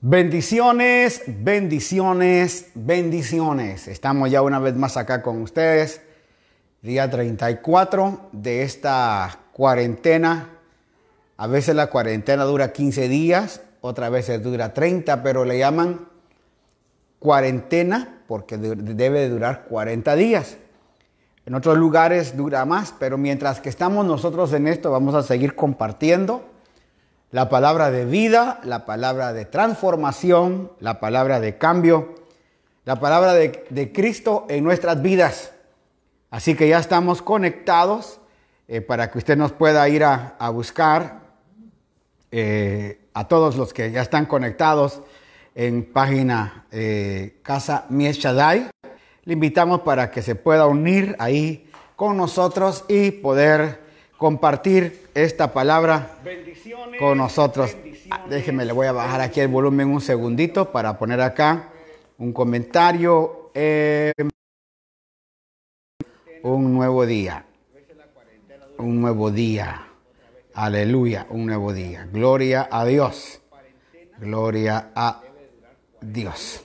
Bendiciones, bendiciones, bendiciones. Estamos ya una vez más acá con ustedes. Día 34 de esta cuarentena. A veces la cuarentena dura 15 días, otras veces dura 30, pero le llaman cuarentena porque debe de durar 40 días. En otros lugares dura más, pero mientras que estamos nosotros en esto, vamos a seguir compartiendo la palabra de vida, la palabra de transformación, la palabra de cambio, la palabra de Cristo en nuestras vidas. Así que ya estamos conectados para que usted nos pueda ir a buscar a todos los que ya están conectados en página Casa Mies Shaddai. Le invitamos para que se pueda unir ahí con nosotros y poder compartir esta palabra con nosotros. Déjeme, le voy a bajar aquí el volumen un segundito para poner acá un comentario. Un nuevo día. Un nuevo día. Aleluya, un nuevo día. Gloria a Dios. Gloria a Dios.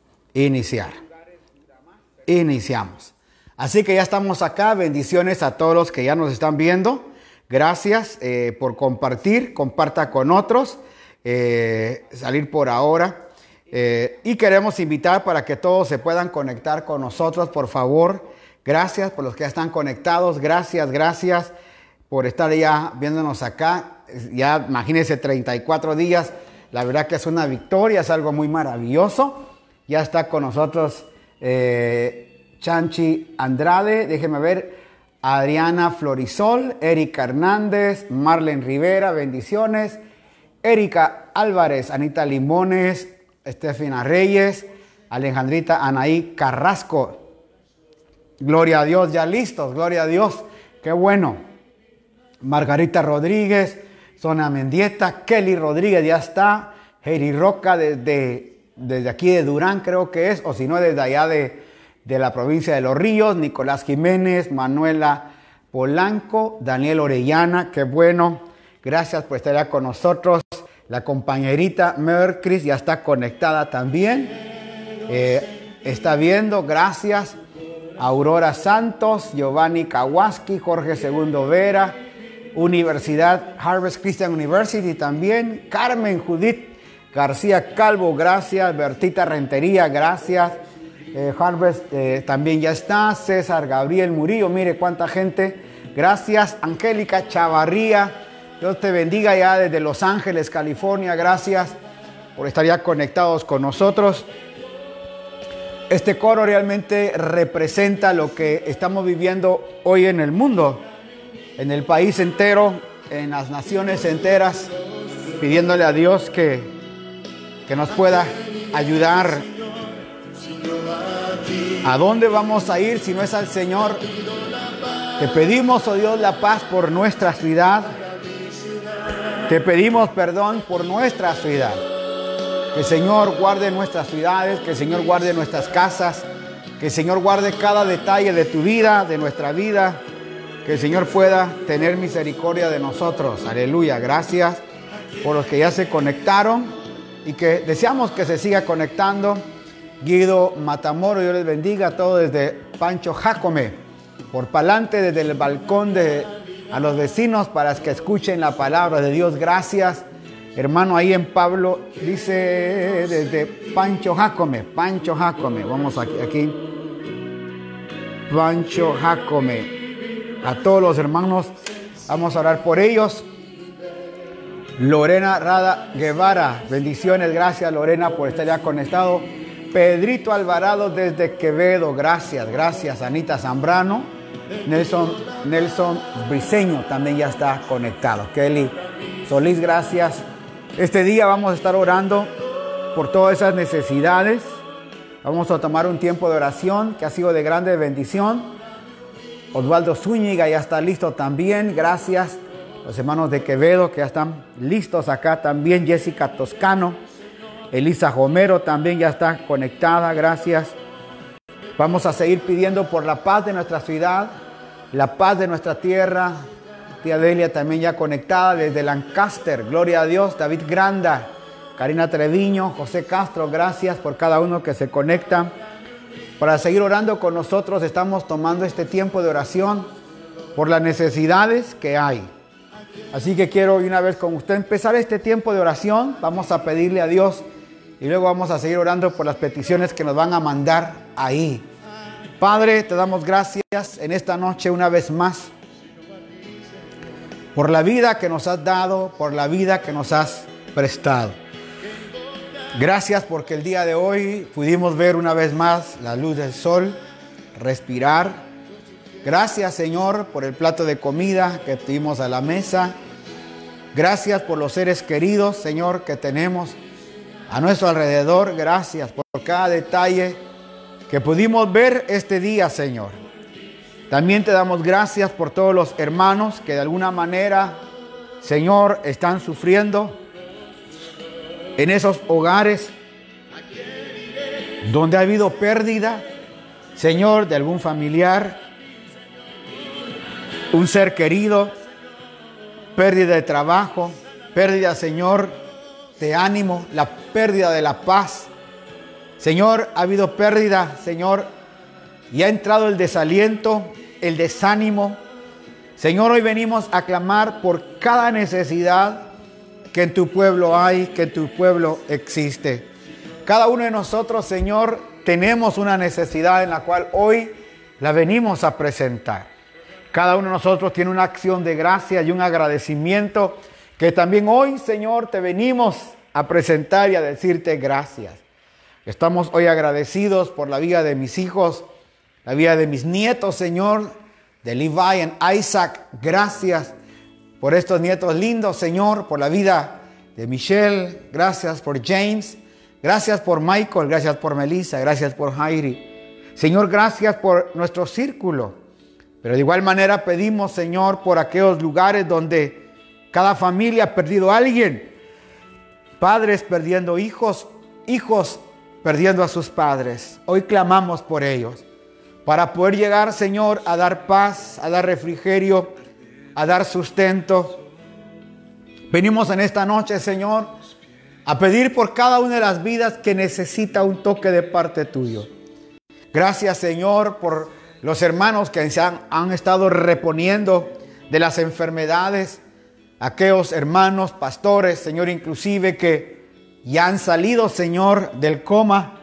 Iniciamos. Así que ya estamos acá. Bendiciones a todos los que ya nos están viendo. Gracias por compartir. Comparta con otros. Salir por ahora. Y queremos invitar para que todos se puedan conectar con nosotros, por favor. Gracias por los que ya están conectados. Gracias por estar ya viéndonos acá. Ya imagínense 34 días. La verdad que es una victoria, es algo muy maravilloso. Ya está con nosotros Chanchi Andrade, déjeme ver, Adriana Florisol, Erika Hernández, Marlene Rivera, bendiciones, Erika Álvarez, Anita Limones, Estefina Reyes, Alejandrita Anaí Carrasco. Gloria a Dios, ya listos, gloria a Dios, qué bueno. Margarita Rodríguez, Sonia Mendieta, Kelly Rodríguez ya está, Heidi Roca desde aquí de Durán creo que es, o si no desde allá de la provincia de Los Ríos, Nicolás Jiménez, Manuela Polanco, Daniel Orellana, qué bueno, gracias por estar ya con nosotros. La compañerita Mercris ya está conectada también, está viendo, gracias. Aurora Santos, Giovanni Kawaski, Jorge Segundo Vera, Universidad Harvest Christian University también, Carmen Judith García Calvo, gracias. Bertita Rentería, gracias. Harvest también ya está. César Gabriel Murillo, mire cuánta gente. Gracias. Angélica Chavarría, Dios te bendiga ya desde Los Ángeles, California. Gracias por estar ya conectados con nosotros. Este coro realmente representa lo que estamos viviendo hoy en el mundo, en el país entero, en las naciones enteras, pidiéndole a Dios que nos pueda ayudar. ¿A dónde vamos a ir si no es al Señor? Te pedimos, oh Dios, la paz por nuestra ciudad. Te pedimos perdón por nuestra ciudad. Que el Señor guarde nuestras ciudades, que el Señor guarde nuestras casas, que el Señor guarde cada detalle de tu vida, de nuestra vida, que el Señor pueda tener misericordia de nosotros. Aleluya, gracias por los que ya se conectaron y que deseamos que se siga conectando. Guido Matamoro, Dios les bendiga a todos desde Pancho Jacome, por pa'lante desde el balcón a los vecinos para que escuchen la palabra de Dios. Gracias. Hermano, ahí en Pablo, dice desde Pancho Jacome, vamos aquí, Pancho Jacome, a todos los hermanos, vamos a orar por ellos. Lorena Rada Guevara, bendiciones, gracias Lorena por estar ya conectado. Pedrito Alvarado desde Quevedo, gracias. Anita Zambrano, Nelson Briceño también ya está conectado. Kelly Solís, gracias. Este día vamos a estar orando por todas esas necesidades. Vamos a tomar un tiempo de oración que ha sido de grande bendición. Osvaldo Zúñiga ya está listo también. Gracias. Los hermanos de Quevedo que ya están listos acá también. Jessica Toscano. Elisa Romero también ya está conectada. Gracias. Vamos a seguir pidiendo por la paz de nuestra ciudad, la paz de nuestra tierra. Tía Delia también ya conectada desde Lancaster. Gloria a Dios. David Granda. Karina Treviño, José Castro, gracias por cada uno que se conecta. Para seguir orando con nosotros, estamos tomando este tiempo de oración por las necesidades que hay. Así que quiero una vez con usted empezar este tiempo de oración. Vamos a pedirle a Dios y luego vamos a seguir orando por las peticiones que nos van a mandar ahí. Padre, te damos gracias en esta noche una vez más por la vida que nos has dado, por la vida que nos has prestado. Gracias porque el día de hoy pudimos ver una vez más la luz del sol, respirar. Gracias, Señor, por el plato de comida que tuvimos a la mesa. Gracias por los seres queridos, Señor, que tenemos a nuestro alrededor. Gracias por cada detalle que pudimos ver este día, Señor. También te damos gracias por todos los hermanos que de alguna manera, Señor, están sufriendo en esos hogares donde ha habido pérdida, Señor, de algún familiar, un ser querido, pérdida de trabajo, pérdida, Señor, de ánimo, la pérdida de la paz. Señor, ha habido pérdida, Señor, y ha entrado el desaliento, el desánimo. Señor, hoy venimos a clamar por cada necesidad que en tu pueblo hay, que en tu pueblo existe. Cada uno de nosotros, Señor, tenemos una necesidad en la cual hoy la venimos a presentar. Cada uno de nosotros tiene una acción de gracia y un agradecimiento que también hoy, Señor, te venimos a presentar y a decirte gracias. Estamos hoy agradecidos por la vida de mis hijos, la vida de mis nietos, Señor, de Levi y Isaac. Gracias por estos nietos lindos, Señor, por la vida de Michelle. Gracias por James. Gracias por Michael. Gracias por Melissa. Gracias por Jairi. Señor, gracias por nuestro círculo. Pero de igual manera pedimos, Señor, por aquellos lugares donde cada familia ha perdido a alguien. Padres perdiendo hijos, hijos perdiendo a sus padres. Hoy clamamos por ellos para poder llegar, Señor, a dar paz, a dar refrigerio, a dar sustento. Venimos en esta noche, Señor, a pedir por cada una de las vidas que necesita un toque de parte tuyo. Gracias, Señor, por los hermanos que se han estado reponiendo de las enfermedades. Aquellos hermanos, pastores, Señor, inclusive que ya han salido, Señor, del coma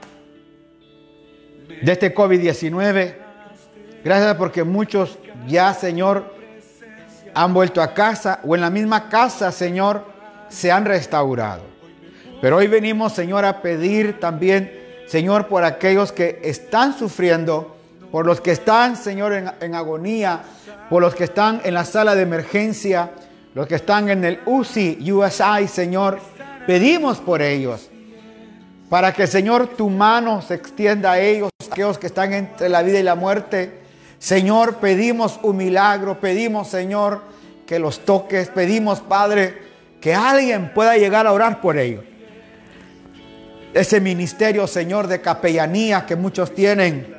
de este COVID-19. Gracias porque muchos ya, Señor, han vuelto a casa o en la misma casa, Señor, se han restaurado. Pero hoy venimos, Señor, a pedir también, Señor, por aquellos que están sufriendo, por los que están, Señor, en agonía, por los que están en la sala de emergencia, los que están en el UCI, Señor. Pedimos por ellos, para que, Señor, tu mano se extienda a ellos, aquellos que están entre la vida y la muerte. Señor, pedimos un milagro, pedimos, Señor, que los toques, pedimos, Padre, que alguien pueda llegar a orar por ellos. Ese ministerio, Señor, de capellanía que muchos tienen,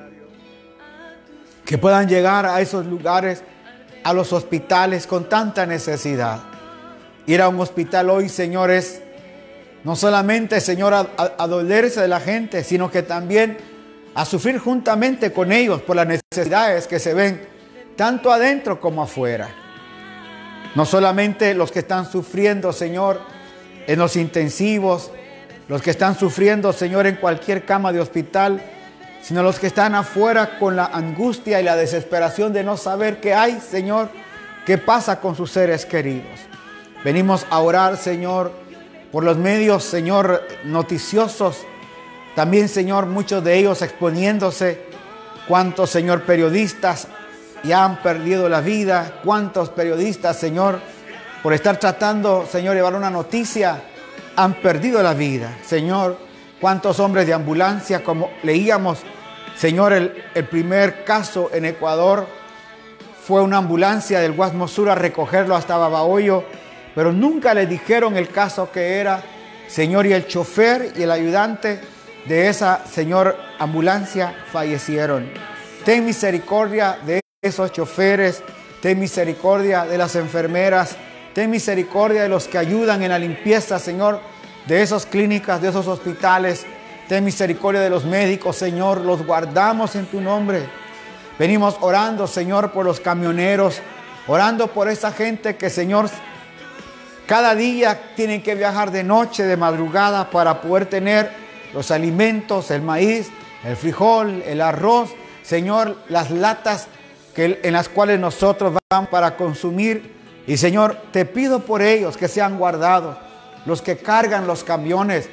que puedan llegar a esos lugares, a los hospitales con tanta necesidad. Ir a un hospital hoy, Señor, es no solamente, Señor, a dolerse de la gente, sino que también a sufrir juntamente con ellos por las necesidades que se ven tanto adentro como afuera. No solamente los que están sufriendo, Señor, en los intensivos, los que están sufriendo, Señor, en cualquier cama de hospital, sino los que están afuera con la angustia y la desesperación de no saber qué hay, Señor, qué pasa con sus seres queridos. Venimos a orar, Señor, por los medios, Señor, noticiosos. También, Señor, muchos de ellos exponiéndose. Cuántos, Señor, periodistas ya han perdido la vida. Cuántos periodistas, Señor, por estar tratando, Señor, llevar una noticia, han perdido la vida. Señor, cuántos hombres de ambulancia, como leíamos, Señor, el primer caso en Ecuador fue una ambulancia del Guasmo Sur a recogerlo hasta Babahoyo, pero nunca le dijeron el caso que era, Señor, y el chofer y el ayudante de esa, Señor, ambulancia fallecieron. Ten misericordia de esos choferes, ten misericordia de las enfermeras, ten misericordia de los que ayudan en la limpieza, Señor, de esas clínicas, de esos hospitales. Ten misericordia de los médicos, Señor, los guardamos en tu nombre. Venimos orando, Señor, por los camioneros, orando por esa gente que, Señor, cada día tienen que viajar de noche, de madrugada, para poder tener los alimentos, el maíz, el frijol, el arroz, Señor, las latas en las cuales nosotros vamos para consumir. Y, Señor, te pido por ellos que sean guardados, los que cargan los camiones,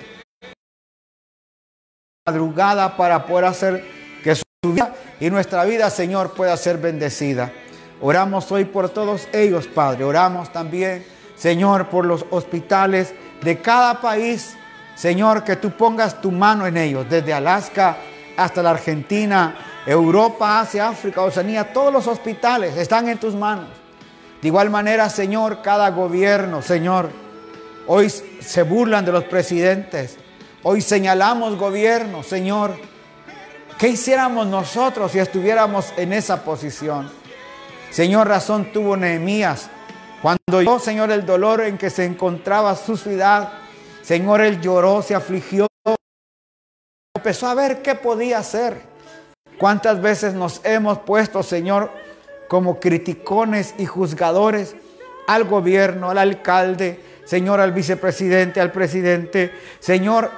madrugada para poder hacer que su vida y nuestra vida, Señor, pueda ser bendecida. Oramos hoy por todos ellos, Padre. Oramos también, Señor, por los hospitales de cada país. Señor, que tú pongas tu mano en ellos, desde Alaska hasta la Argentina, Europa, Asia, África, Oceanía. Todos los hospitales están en tus manos. De igual manera, Señor, cada gobierno, Señor, hoy se burlan de los presidentes. Hoy señalamos gobierno, Señor. ¿Qué hiciéramos nosotros si estuviéramos en esa posición? Señor, razón tuvo Nehemías cuando yo, Señor, el dolor en que se encontraba su ciudad. Señor, él lloró, se afligió, empezó a ver qué podía hacer. ¿Cuántas veces nos hemos puesto, Señor, como criticones y juzgadores al gobierno, al alcalde, Señor, al vicepresidente, al presidente? Señor,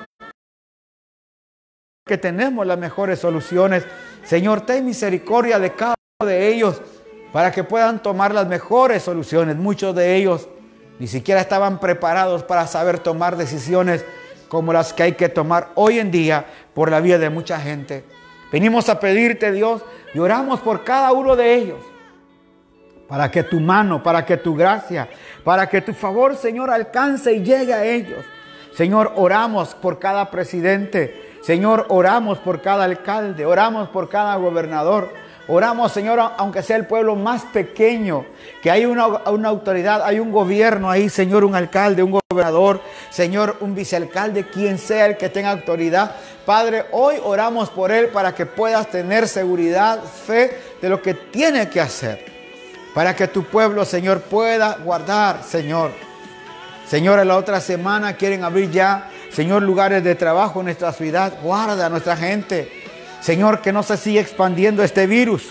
que tenemos las mejores soluciones. Señor, ten misericordia de cada uno de ellos para que puedan tomar las mejores soluciones. Muchos de ellos ni siquiera estaban preparados para saber tomar decisiones como las que hay que tomar hoy en día por la vida de mucha gente. Venimos a pedirte, Dios, y oramos por cada uno de ellos, para que tu mano, para que tu gracia, para que tu favor, Señor, alcance y llegue a ellos. Señor, oramos por cada presidente. Señor, oramos por cada alcalde. Oramos por cada gobernador. Oramos, Señor, aunque sea el pueblo más pequeño, que hay una autoridad, hay un gobierno ahí, Señor, un alcalde, un gobernador, Señor, un vicealcalde, quien sea el que tenga autoridad. Padre, hoy oramos por él para que puedas tener seguridad, fe de lo que tiene que hacer, para que tu pueblo, Señor, pueda guardar, Señor. Señor, en la otra semana quieren abrir ya, Señor, lugares de trabajo en nuestra ciudad. Guarda a nuestra gente. Señor, que no se siga expandiendo este virus,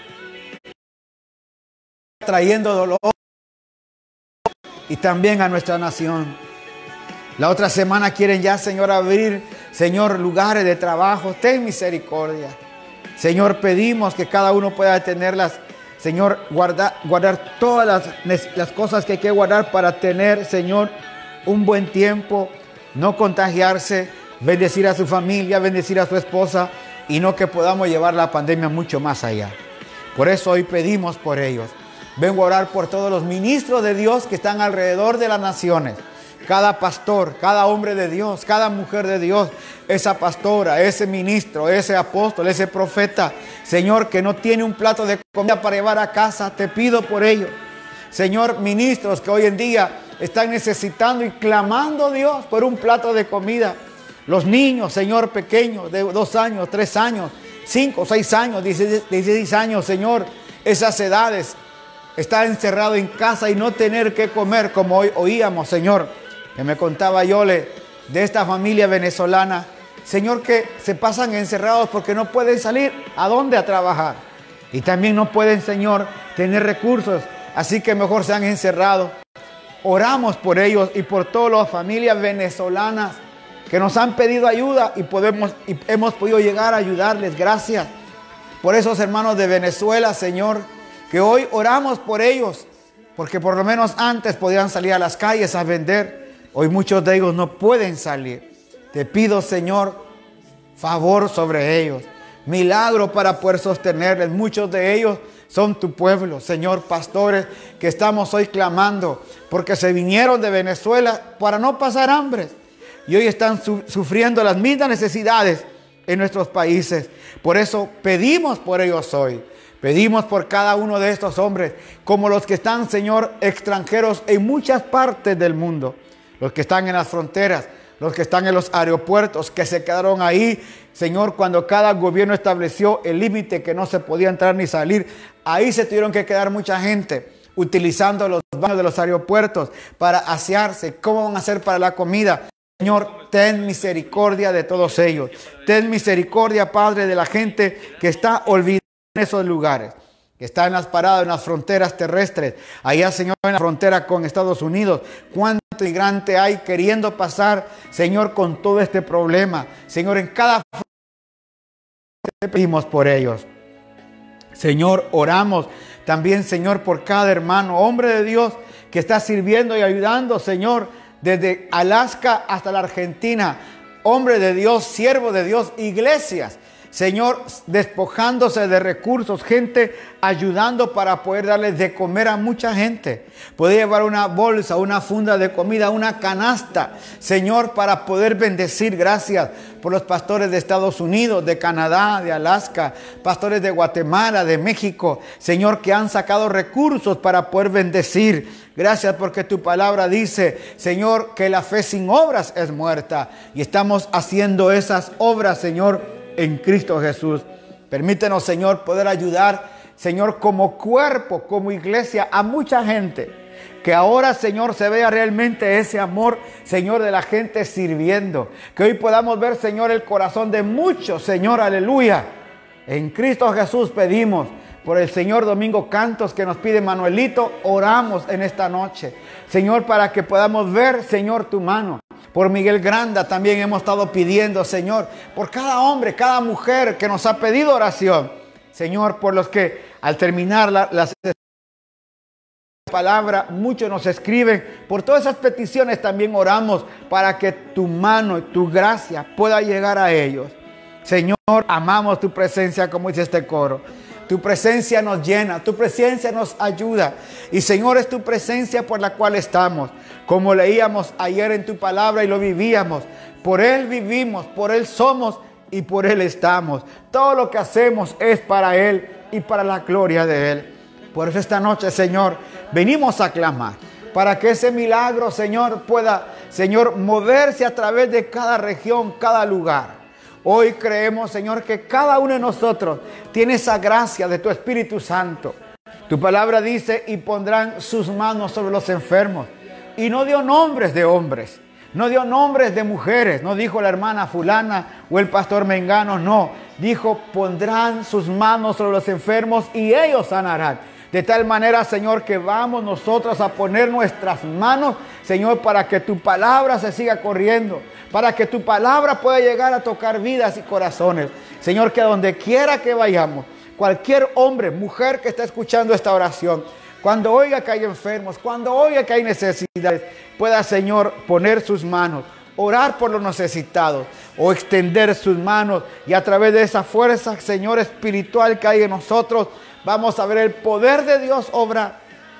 trayendo dolor y también a nuestra nación. La otra semana quieren ya, Señor, abrir, Señor, lugares de trabajo. Ten misericordia. Señor, pedimos que cada uno pueda tenerlas. Señor, guardar todas las cosas que hay que guardar para tener, Señor, un buen tiempo, no contagiarse, bendecir a su familia, bendecir a su esposa, y no que podamos llevar la pandemia mucho más allá. Por eso hoy pedimos por ellos. Vengo a orar por todos los ministros de Dios que están alrededor de las naciones. Cada pastor, cada hombre de Dios, cada mujer de Dios, esa pastora, ese ministro, ese apóstol, ese profeta, Señor, que no tiene un plato de comida para llevar a casa, te pido por ellos. Señor, ministros que hoy en día están necesitando y clamando a Dios por un plato de comida. Los niños, Señor, pequeños, de 2 años, 3 años, 5, 6 años, 16 años, Señor, esas edades, estar encerrado en casa y no tener que comer, como hoy oíamos, Señor, que me contaba Yole de esta familia venezolana, Señor, que se pasan encerrados porque no pueden salir a dónde a trabajar. Y también no pueden, Señor, tener recursos, así que mejor se han encerrado. Oramos por ellos y por todas las familias venezolanas que nos han pedido ayuda y hemos podido llegar a ayudarles. Gracias por esos hermanos de Venezuela, Señor, que hoy oramos por ellos, porque por lo menos antes podían salir a las calles a vender. Hoy muchos de ellos no pueden salir. Te pido, Señor, favor sobre ellos, milagro para poder sostenerles. Muchos de ellos son tu pueblo, Señor, pastores que estamos hoy clamando porque se vinieron de Venezuela para no pasar hambre. Y hoy están sufriendo las mismas necesidades en nuestros países. Por eso pedimos por ellos hoy. Pedimos por cada uno de estos hombres, como los que están, Señor, extranjeros en muchas partes del mundo. Los que están en las fronteras, los que están en los aeropuertos, que se quedaron ahí, Señor, cuando cada gobierno estableció el límite que no se podía entrar ni salir. Ahí se tuvieron que quedar mucha gente, utilizando los baños de los aeropuertos para asearse. ¿Cómo van a hacer para la comida? Señor, ten misericordia de todos ellos. Ten misericordia, Padre, de la gente que está olvidada en esos lugares, que está en las paradas, en las fronteras terrestres. Allá, Señor, en la frontera con Estados Unidos. ¿Cuánto migrante hay queriendo pasar, Señor, con todo este problema? Señor, en cada te pedimos por ellos. Señor, oramos también, Señor, por cada hermano, hombre de Dios, que está sirviendo y ayudando, Señor, desde Alaska hasta la Argentina. Hombre de Dios, siervo de Dios, iglesias, Señor, despojándose de recursos, gente ayudando para poder darles de comer a mucha gente. Poder llevar una bolsa, una funda de comida, una canasta, Señor, para poder bendecir. Gracias por los pastores de Estados Unidos, de Canadá, de Alaska, pastores de Guatemala, de México, Señor, que han sacado recursos para poder bendecir. Gracias porque tu palabra dice, Señor, que la fe sin obras es muerta. Y estamos haciendo esas obras, Señor, en Cristo Jesús. Permítenos, Señor, poder ayudar, Señor, como cuerpo, como iglesia, a mucha gente. Que ahora, Señor, se vea realmente ese amor, Señor, de la gente sirviendo. Que hoy podamos ver, Señor, el corazón de muchos, Señor, aleluya. En Cristo Jesús pedimos. Por el Señor Domingo Cantos que nos pide Manuelito, oramos en esta noche. Señor, para que podamos ver, Señor, tu mano. Por Miguel Granda también hemos estado pidiendo, Señor, por cada hombre, cada mujer que nos ha pedido oración. Señor, por los que al terminar la palabra, muchos nos escriben. Por todas esas peticiones también oramos para que tu mano y tu gracia pueda llegar a ellos. Señor, amamos tu presencia, como dice este coro. Tu presencia nos llena, tu presencia nos ayuda. Y Señor, es tu presencia por la cual estamos. Como leíamos ayer en tu palabra y lo vivíamos. Por Él vivimos, por Él somos y por Él estamos. Todo lo que hacemos es para Él y para la gloria de Él. Por eso esta noche, Señor, venimos a clamar. Para que ese milagro, Señor, pueda, Señor, moverse a través de cada región, cada lugar. Hoy creemos, Señor, que cada uno de nosotros tiene esa gracia de tu Espíritu Santo. Tu palabra dice, y pondrán sus manos sobre los enfermos. Y no dio nombres de hombres, no dio nombres de mujeres, no dijo la hermana fulana o el pastor mengano, no. Dijo, pondrán sus manos sobre los enfermos y ellos sanarán. De tal manera, Señor, que vamos nosotros a poner nuestras manos, Señor, para que tu palabra se siga corriendo. Para que tu palabra pueda llegar a tocar vidas y corazones. Señor, que donde quiera que vayamos, cualquier hombre, mujer que está escuchando esta oración, cuando oiga que hay enfermos, cuando oiga que hay necesidades, pueda, Señor, poner sus manos, orar por los necesitados o extender sus manos. Y a través de esa fuerza, Señor, espiritual que hay en nosotros, vamos a ver el poder de Dios obrar.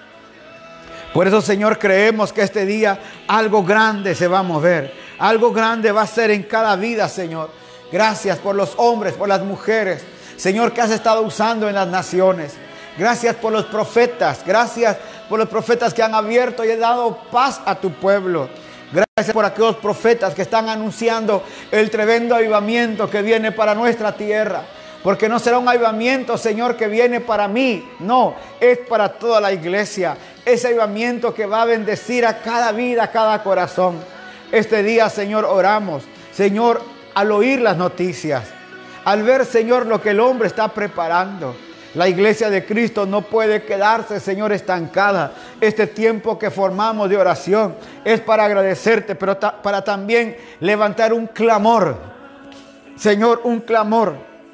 Por eso, Señor, creemos que este día algo grande se va a mover. Algo grande va a ser en cada vida, Señor. Gracias por los hombres, por las mujeres, Señor, que has estado usando en las naciones. Gracias por los profetas. Gracias por los profetas que han abierto y han dado paz a tu pueblo. Gracias por aquellos profetas que están anunciando el tremendo avivamiento que viene para nuestra tierra. Porque no será un avivamiento, Señor, que viene para mí. No, es para toda la iglesia. Ese avivamiento que va a bendecir a cada vida, a cada corazón. Este día, Señor, oramos, Señor, al oír las noticias, al ver, Señor, lo que el hombre está preparando. La iglesia de Cristo no puede quedarse, Señor, estancada. Este tiempo que formamos de oración es para agradecerte, pero para también levantar un clamor, Señor, un clamor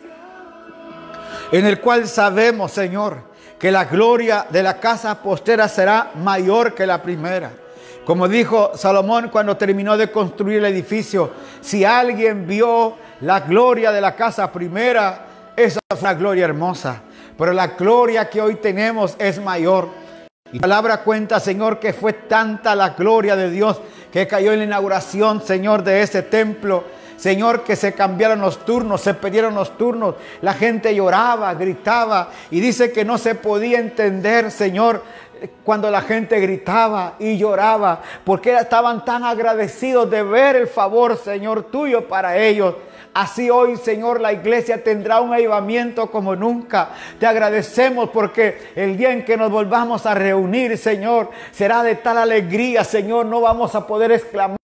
en el cual sabemos, Señor, que la gloria de la casa postera será mayor que la primera. Como dijo Salomón cuando terminó de construir el edificio, si alguien vio la gloria de la casa primera, esa fue una gloria hermosa. Pero la gloria que hoy tenemos es mayor. Y la palabra cuenta, Señor, que fue tanta la gloria de Dios que cayó en la inauguración, Señor, de ese templo. Señor, que se cambiaron los turnos, se perdieron los turnos. La gente lloraba, gritaba y dice que no se podía entender, Señor, cuando la gente gritaba y lloraba, porque estaban tan agradecidos de ver el favor, Señor, tuyo para ellos. Así hoy, Señor, la iglesia tendrá un avivamiento como nunca. Te agradecemos porque el día en que nos volvamos a reunir, Señor, será de tal alegría, Señor, no vamos a poder exclamar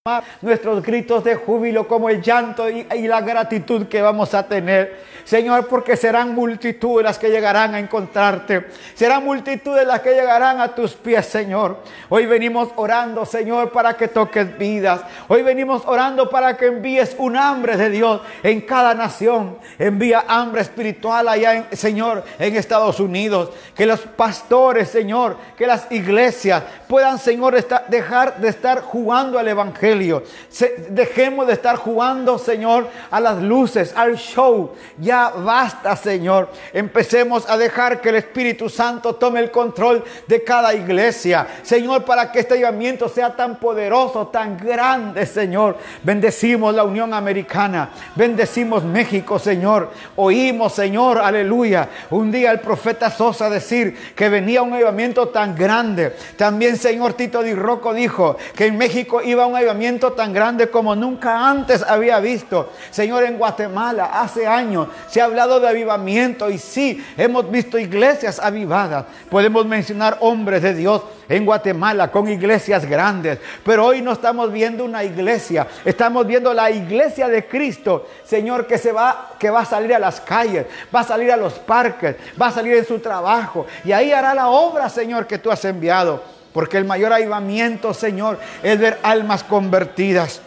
nuestros gritos de júbilo como el llanto y la gratitud que vamos a tener, Señor, porque serán multitudes las que llegarán a encontrarte, serán multitudes las que llegarán a tus pies, Señor. Hoy venimos orando, Señor, para que toques vidas. Hoy venimos orando para que envíes un hambre de Dios en cada nación. Envía hambre espiritual allá, Señor, en Estados Unidos. Que los pastores, Señor, que las iglesias puedan, Señor, dejar de estar jugando al evangelio. Dejemos de estar jugando, Señor, a las luces, al show. Ya basta, Señor. Empecemos a dejar que el Espíritu Santo tome el control de cada iglesia, Señor, para que este avivamiento sea tan poderoso, tan grande, Señor. Bendecimos la Unión Americana, bendecimos México, Señor. Oímos, Señor, aleluya, un día el profeta Sosa decir que venía un avivamiento tan grande. También, Señor, Tito Di Rocco dijo que en México iba un avivamiento tan grande como nunca antes había visto. Señor, en Guatemala hace años se ha hablado de avivamiento y sí, hemos visto iglesias avivadas. Podemos mencionar hombres de Dios en Guatemala con iglesias grandes, pero hoy no estamos viendo una iglesia, estamos viendo la iglesia de Cristo, Señor, que va a salir a las calles, va a salir a los parques, va a salir en su trabajo y ahí hará la obra, Señor, que tú has enviado, porque el mayor avivamiento, Señor, es ver almas convertidas.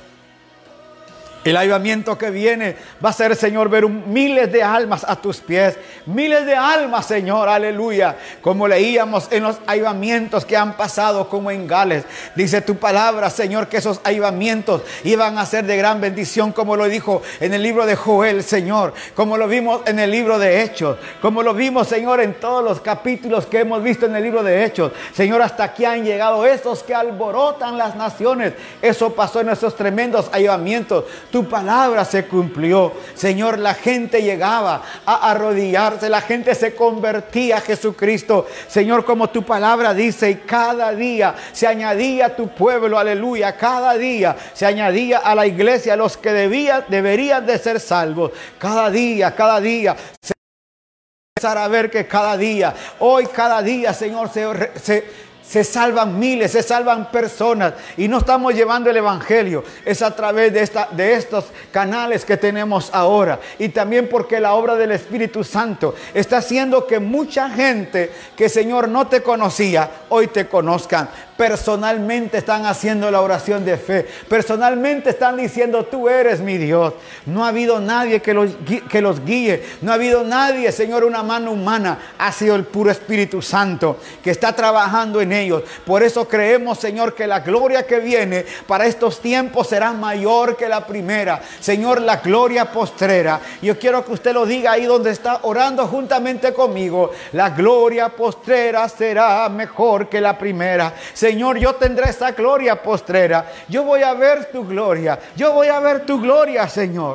El avivamiento que viene va a ser, Señor, ver miles de almas a tus pies. Miles de almas, Señor, aleluya. Como leíamos en los avivamientos que han pasado como en Gales. Dice tu palabra, Señor, que esos avivamientos iban a ser de gran bendición, como lo dijo en el libro de Joel, Señor. Como lo vimos en el libro de Hechos. Como lo vimos, Señor, en todos los capítulos que hemos visto en el libro de Hechos. Señor, hasta aquí han llegado esos que alborotan las naciones. Eso pasó en esos tremendos avivamientos. Tu palabra se cumplió, Señor. La gente llegaba a arrodillarse, la gente se convertía a Jesucristo, Señor, como tu palabra dice, y cada día se añadía a tu pueblo, aleluya, cada día se añadía a la iglesia los que deberían de ser salvos, cada día se empezar a ver que cada día, Señor, se salvan miles, se salvan personas y no estamos llevando el evangelio. Es a través de estos canales que tenemos ahora y también porque la obra del Espíritu Santo está haciendo que mucha gente que, Señor, no te conocía, hoy te conozcan. Personalmente están haciendo la oración de fe. Personalmente están diciendo, tú eres mi Dios. No ha habido nadie que los guíe. No ha habido nadie, Señor, una mano humana. Ha sido el puro Espíritu Santo que está trabajando en ellos. Por eso creemos, Señor, que la gloria que viene para estos tiempos será mayor que la primera. Señor, la gloria postrera. Yo quiero que usted lo diga ahí donde está orando juntamente conmigo. La gloria postrera será mejor que la primera. Señor, yo tendré esa gloria postrera. Yo voy a ver tu gloria. Yo voy a ver tu gloria, Señor.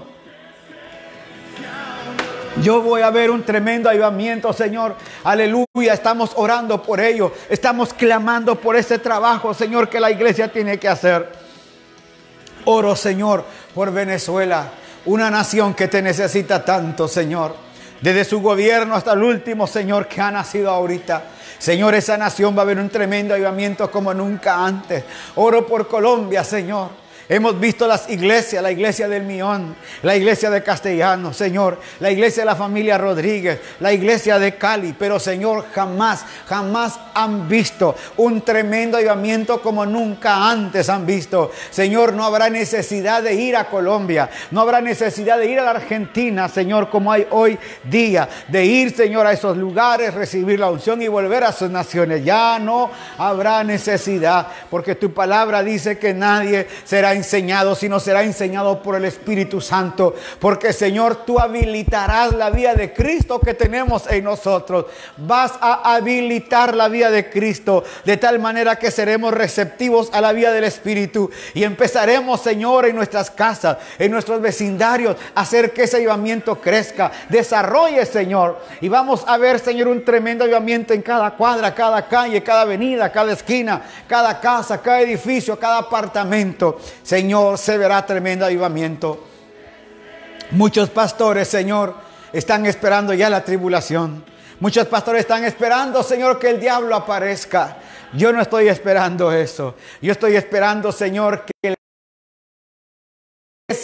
Yo voy a ver un tremendo avivamiento, Señor. Aleluya. Estamos orando por ello. Estamos clamando por ese trabajo, Señor, que la iglesia tiene que hacer. Oro, Señor, por Venezuela. Una nación que te necesita tanto, Señor. Desde su gobierno hasta el último, Señor, que ha nacido ahorita. Señor, esa nación va a haber un tremendo avivamiento como nunca antes. Oro por Colombia, Señor. Hemos visto las iglesias, la iglesia del Millón, la iglesia de Castellanos, Señor, la iglesia de la familia Rodríguez, la iglesia de Cali, pero, Señor, jamás han visto un tremendo avivamiento como nunca antes han visto. Señor, no habrá necesidad de ir a Colombia, no habrá necesidad de ir a la Argentina, Señor, como hay hoy día, de ir, Señor, a esos lugares, recibir la unción y volver a sus naciones. Ya no habrá necesidad, porque tu palabra dice que nadie será enseñado, sino será enseñado por el Espíritu Santo, porque, Señor, tú habilitarás la vida de Cristo que tenemos en nosotros. Vas a habilitar la vida de Cristo de tal manera que seremos receptivos a la vida del Espíritu y empezaremos, Señor, en nuestras casas, en nuestros vecindarios, a hacer que ese avivamiento crezca, desarrolle, Señor, y vamos a ver, Señor, un tremendo avivamiento en cada cuadra, cada calle, cada avenida, cada esquina, cada casa, cada edificio, cada apartamento. Señor, se verá tremendo avivamiento. Muchos pastores, Señor, están esperando ya la tribulación. Muchos pastores están esperando, Señor, que el diablo aparezca. Yo no estoy esperando eso. Yo estoy esperando, Señor, que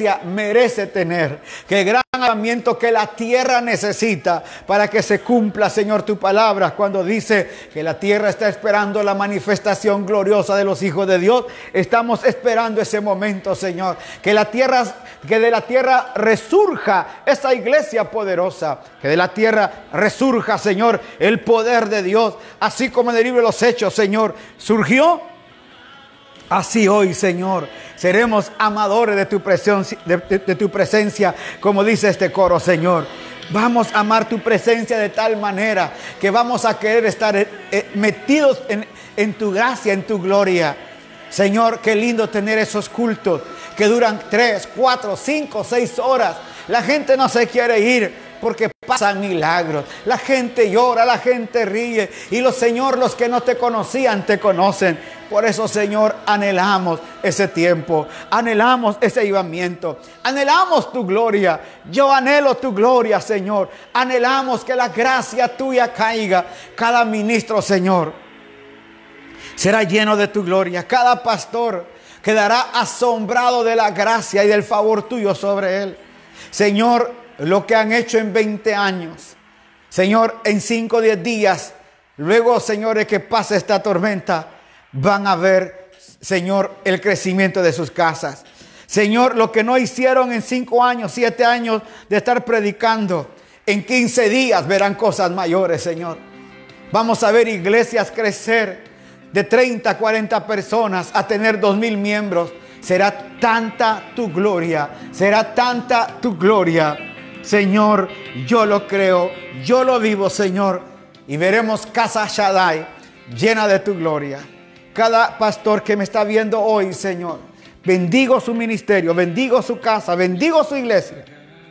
iglesia merece tener, que gran avivamiento que la tierra necesita para que se cumpla, Señor, tu palabra cuando dice que la tierra está esperando la manifestación gloriosa de los hijos de Dios. Estamos esperando ese momento, Señor, que de la tierra resurja esa iglesia poderosa, que de la tierra resurja, Señor, el poder de Dios, así como en el libro de los Hechos, Señor, surgió. Así hoy, Señor, seremos amadores de tu presencia, como dice este coro, Señor. Vamos a amar tu presencia de tal manera que vamos a querer estar metidos en tu gracia, en tu gloria. Señor, qué lindo tener esos cultos que duran 3, 4, 5, 6 horas. La gente no se quiere ir porque pasan milagros. La gente llora, la gente ríe. Y Señor, los que no te conocían, te conocen. Por eso, Señor, anhelamos ese tiempo. Anhelamos ese avivamiento. Anhelamos tu gloria. Yo anhelo tu gloria, Señor. Anhelamos que la gracia tuya caiga. Cada ministro, Señor, será lleno de tu gloria. Cada pastor quedará asombrado de la gracia y del favor tuyo sobre él. Señor, lo que han hecho en 20 años, Señor, en 5 o 10 días, luego, señores, que pase esta tormenta, van a ver, Señor, el crecimiento de sus casas. Señor, lo que no hicieron en 5 años, 7 años de estar predicando, en 15 días verán cosas mayores, Señor. Vamos a ver iglesias crecer de 30, 40 personas a tener 2,000 miembros. Será tanta tu gloria, será tanta tu gloria. Señor, yo lo creo, yo lo vivo, Señor. Y veremos Casa Shaddai llena de tu gloria. Cada pastor que me está viendo hoy, Señor, bendigo su ministerio, bendigo su casa, bendigo su iglesia.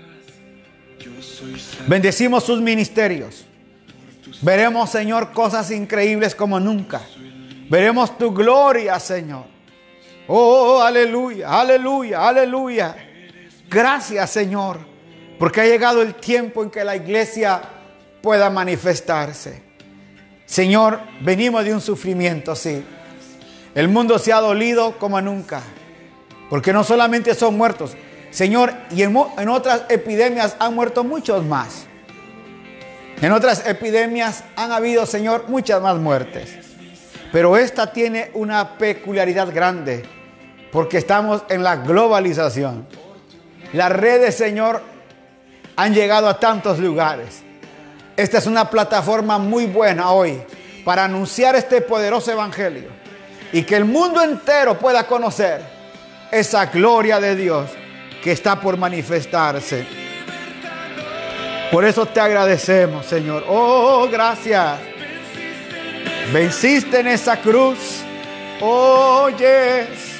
Bendecimos sus ministerios. Veremos, Señor, cosas increíbles como nunca. Veremos tu gloria, Señor. Oh, aleluya, aleluya, aleluya. Gracias, Señor, porque ha llegado el tiempo en que la iglesia pueda manifestarse. Señor, venimos de un sufrimiento, sí. El mundo se ha dolido como nunca, porque no solamente son muertos, Señor, y en otras epidemias han muerto muchos más. En otras epidemias han habido, Señor, muchas más muertes. Pero esta tiene una peculiaridad grande, porque estamos en la globalización. Las redes, Señor, han llegado a tantos lugares. Esta es una plataforma muy buena hoy para anunciar este poderoso evangelio y que el mundo entero pueda conocer esa gloria de Dios que está por manifestarse. Por eso te agradecemos, Señor. Oh, gracias. Venciste en esa cruz. Oh, yes.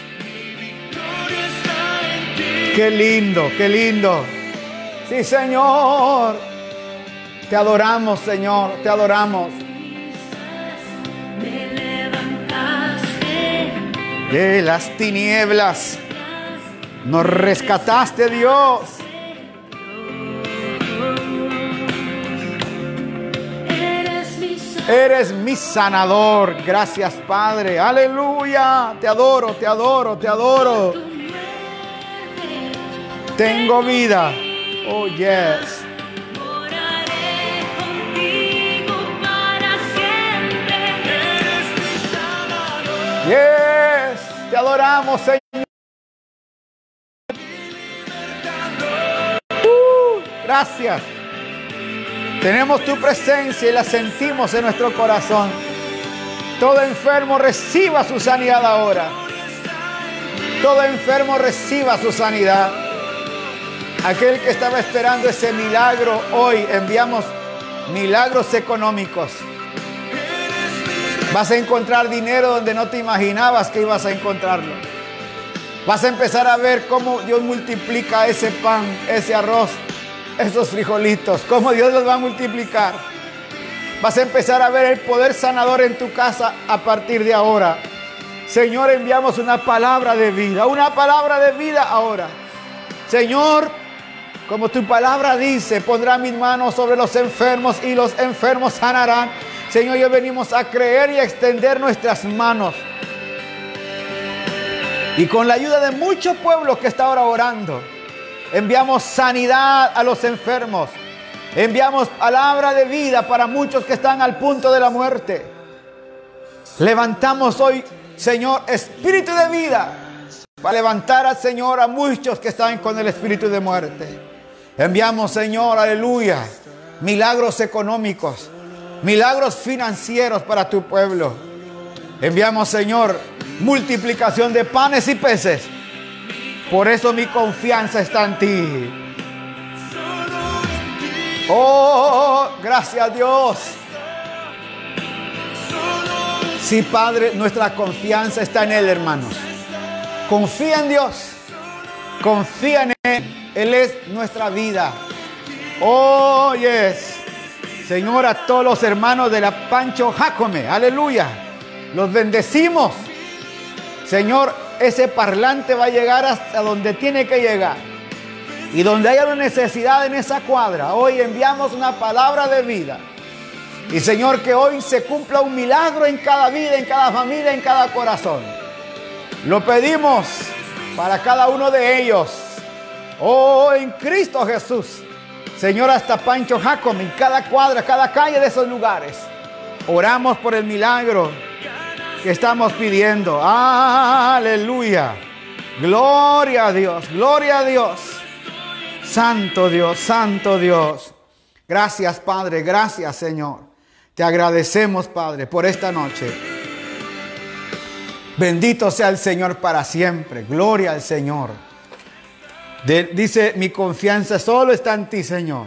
Qué lindo, qué lindo. Sí, Señor. Te adoramos, Señor. Te adoramos. De las tinieblas nos rescataste, Dios. Eres mi sanador. Gracias, Padre. Aleluya. Te adoro, te adoro, te adoro. Tengo vida. Oh, yes. Yes. Te adoramos, Señor. Gracias. Tenemos tu presencia y la sentimos en nuestro corazón. Todo enfermo reciba su sanidad ahora. Todo enfermo reciba su sanidad. Aquel que estaba esperando ese milagro, hoy enviamos milagros económicos. Vas a encontrar dinero donde no te imaginabas que ibas a encontrarlo. Vas a empezar a ver cómo Dios multiplica ese pan, ese arroz, esos frijolitos, cómo Dios los va a multiplicar. Vas a empezar a ver el poder sanador en tu casa a partir de ahora. Señor, enviamos una palabra de vida ahora. Señor, como tu palabra dice, pondrá mis manos sobre los enfermos y los enfermos sanarán. Señor, hoy venimos a creer y a extender nuestras manos. Y con la ayuda de mucho pueblo que está ahora orando, Enviamos sanidad a los enfermos. Enviamos palabra de vida para muchos que están al punto de la muerte. Levantamos hoy, Señor, espíritu de vida para levantar al Señor a muchos que están con el espíritu de muerte. Enviamos, Señor, aleluya, milagros económicos, milagros financieros para tu pueblo. Enviamos, Señor, multiplicación de panes y peces. Por eso mi confianza está en ti. Oh, gracias, Dios. Sí, Padre, nuestra confianza está en Él, hermanos. Confía en Dios. Confía en Él. Él es nuestra vida. Oh, yes. Señor, a todos los hermanos de la Pancho Jácome, aleluya, los bendecimos. Señor, ese parlante va a llegar hasta donde tiene que llegar. Y donde haya una necesidad en esa cuadra, hoy enviamos una palabra de vida. Y Señor, que hoy se cumpla un milagro en cada vida, en cada familia, en cada corazón. Lo pedimos para cada uno de ellos. Oh, en Cristo Jesús. Señor, hasta Pancho Jácome, en cada cuadra, cada calle de esos lugares. Oramos por el milagro que estamos pidiendo. Aleluya. Gloria a Dios, gloria a Dios. Santo Dios, santo Dios. Gracias, Padre, gracias, Señor. Te agradecemos, Padre, por esta noche. Bendito sea el Señor para siempre. Gloria al Señor. Dice, mi confianza solo está en ti, Señor.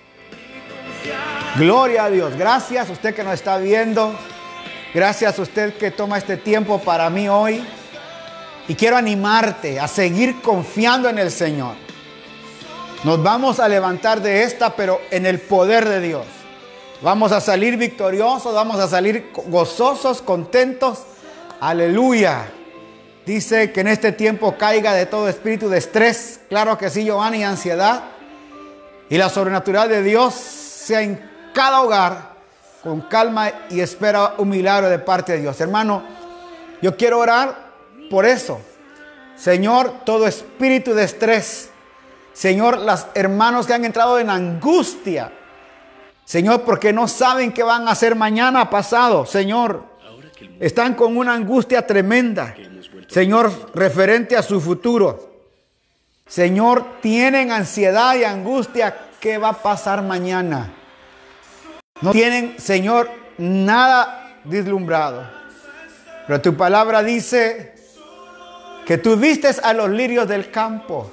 Gloria a Dios. Gracias a usted que nos está viendo. Gracias a usted que toma este tiempo para mí hoy. Y quiero animarte a seguir confiando en el Señor. Nos vamos a levantar de esta, pero en el poder de Dios. Vamos a salir victoriosos, vamos a salir gozosos, contentos. Aleluya. Dice que en este tiempo caiga de todo espíritu de estrés. Claro que sí, Giovanni, y ansiedad. Y la sobrenatural de Dios sea en cada hogar con calma y espera un milagro de parte de Dios. Hermano, yo quiero orar por eso. Señor, todo espíritu de estrés. Señor, los hermanos que han entrado en angustia. Señor, porque no saben qué van a hacer mañana pasado. Señor, están con una angustia tremenda. Señor, referente a su futuro. Señor, tienen ansiedad y angustia. ¿Qué va a pasar mañana? No tienen, Señor, nada vislumbrado. Pero tu palabra dice que tú vistes a los lirios del campo.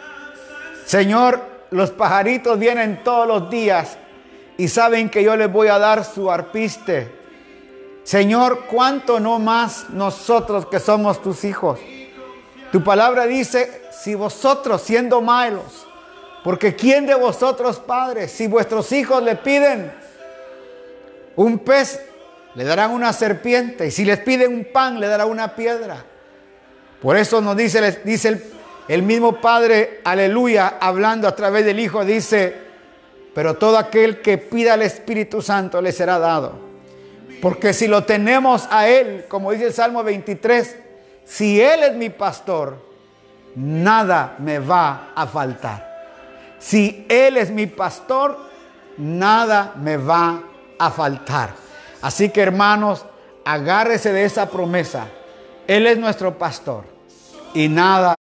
Señor, los pajaritos vienen todos los días y saben que yo les voy a dar su arpiste. Señor, cuánto no más nosotros que somos tus hijos. Tu palabra dice, si vosotros siendo malos, porque ¿quién de vosotros, padres, si vuestros hijos le piden un pez, le darán una serpiente? Y si les piden un pan, le darán una piedra. Por eso nos dice el mismo Padre, aleluya, hablando a través del Hijo, dice, pero todo aquel que pida al Espíritu Santo le será dado. Porque si lo tenemos a Él, como dice el Salmo 23, si Él es mi pastor, nada me va a faltar. Si Él es mi pastor, nada me va a faltar. Así que, hermanos, agárrese de esa promesa. Él es nuestro pastor y nada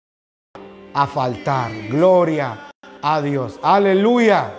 a faltar. Gloria a Dios. Aleluya.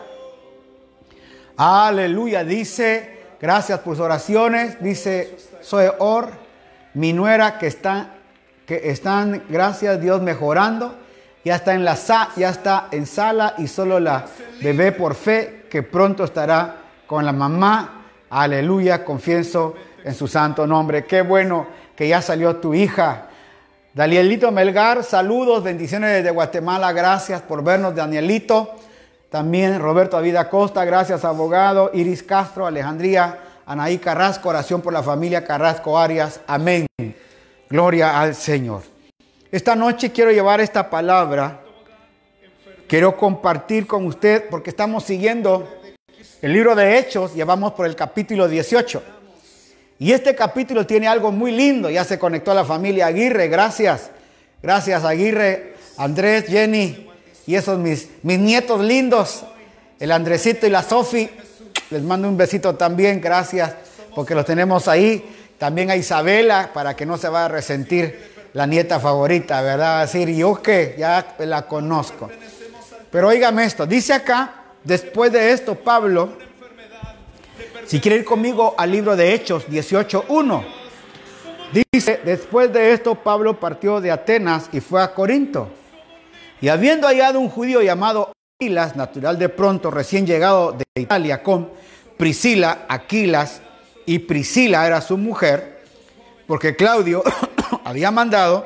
Aleluya. Dice, gracias por sus oraciones. Dice Soeor, mi nuera que están, gracias Dios, mejorando. Ya está en sala y solo la bebé por fe que pronto estará con la mamá. Aleluya. Confieso en su santo nombre. Qué bueno que ya salió tu hija. Danielito Melgar, saludos, bendiciones desde Guatemala, gracias por vernos, Danielito. También Roberto Avida Costa, gracias, abogado. Iris Castro, Alejandría, Anaí Carrasco, oración por la familia Carrasco Arias, amén. Gloria al Señor. Esta noche quiero llevar esta palabra, quiero compartir con usted, porque estamos siguiendo el libro de Hechos, ya vamos por el capítulo 18. Y este capítulo tiene algo muy lindo. Ya se conectó a la familia Aguirre. Gracias. Gracias, Aguirre, Andrés, Jenny. y esos mis nietos lindos, el Andresito y la Sofi. Les mando un besito también, gracias, porque los tenemos ahí. También a Isabela, para que no se vaya a resentir la nieta favorita, ¿verdad? Va a decir, yo que ya la conozco. Pero óigame esto, dice acá, después de esto, Pablo, si quiere ir conmigo al libro de Hechos 18:1, dice, después de esto, Pablo partió de Atenas y fue a Corinto. Y habiendo hallado un judío llamado Aquilas, natural de Pronto, recién llegado de Italia, con Priscila, Aquilas, y Priscila era su mujer, porque Claudio había mandado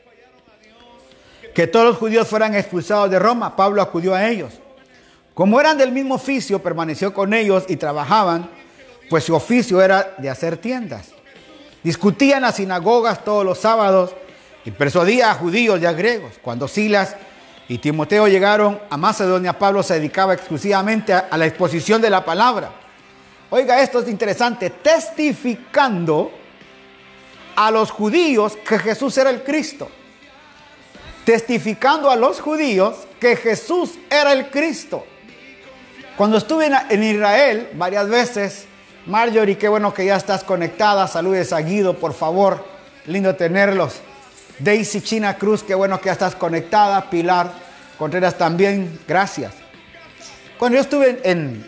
que todos los judíos fueran expulsados de Roma. Pablo acudió a ellos. Como eran del mismo oficio, permaneció con ellos y trabajaban, pues su oficio era de hacer tiendas. Discutía en las sinagogas todos los sábados y persuadía a judíos y a griegos. Cuando Silas y Timoteo llegaron a Macedonia, Pablo se dedicaba exclusivamente a la exposición de la palabra. Oiga, esto es interesante, testificando a los judíos que Jesús era el Cristo. Testificando a los judíos que Jesús era el Cristo. Cuando estuve en Israel varias veces, Marjorie, qué bueno que ya estás conectada. Saludes a Guido, por favor. Lindo tenerlos. Daisy China Cruz, qué bueno que ya estás conectada. Pilar Contreras también, gracias. Cuando yo estuve en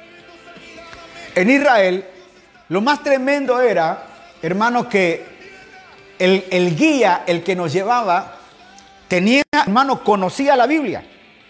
Israel, lo más tremendo era, hermano, que el guía, el que nos llevaba, tenía, hermano, conocía la Biblia.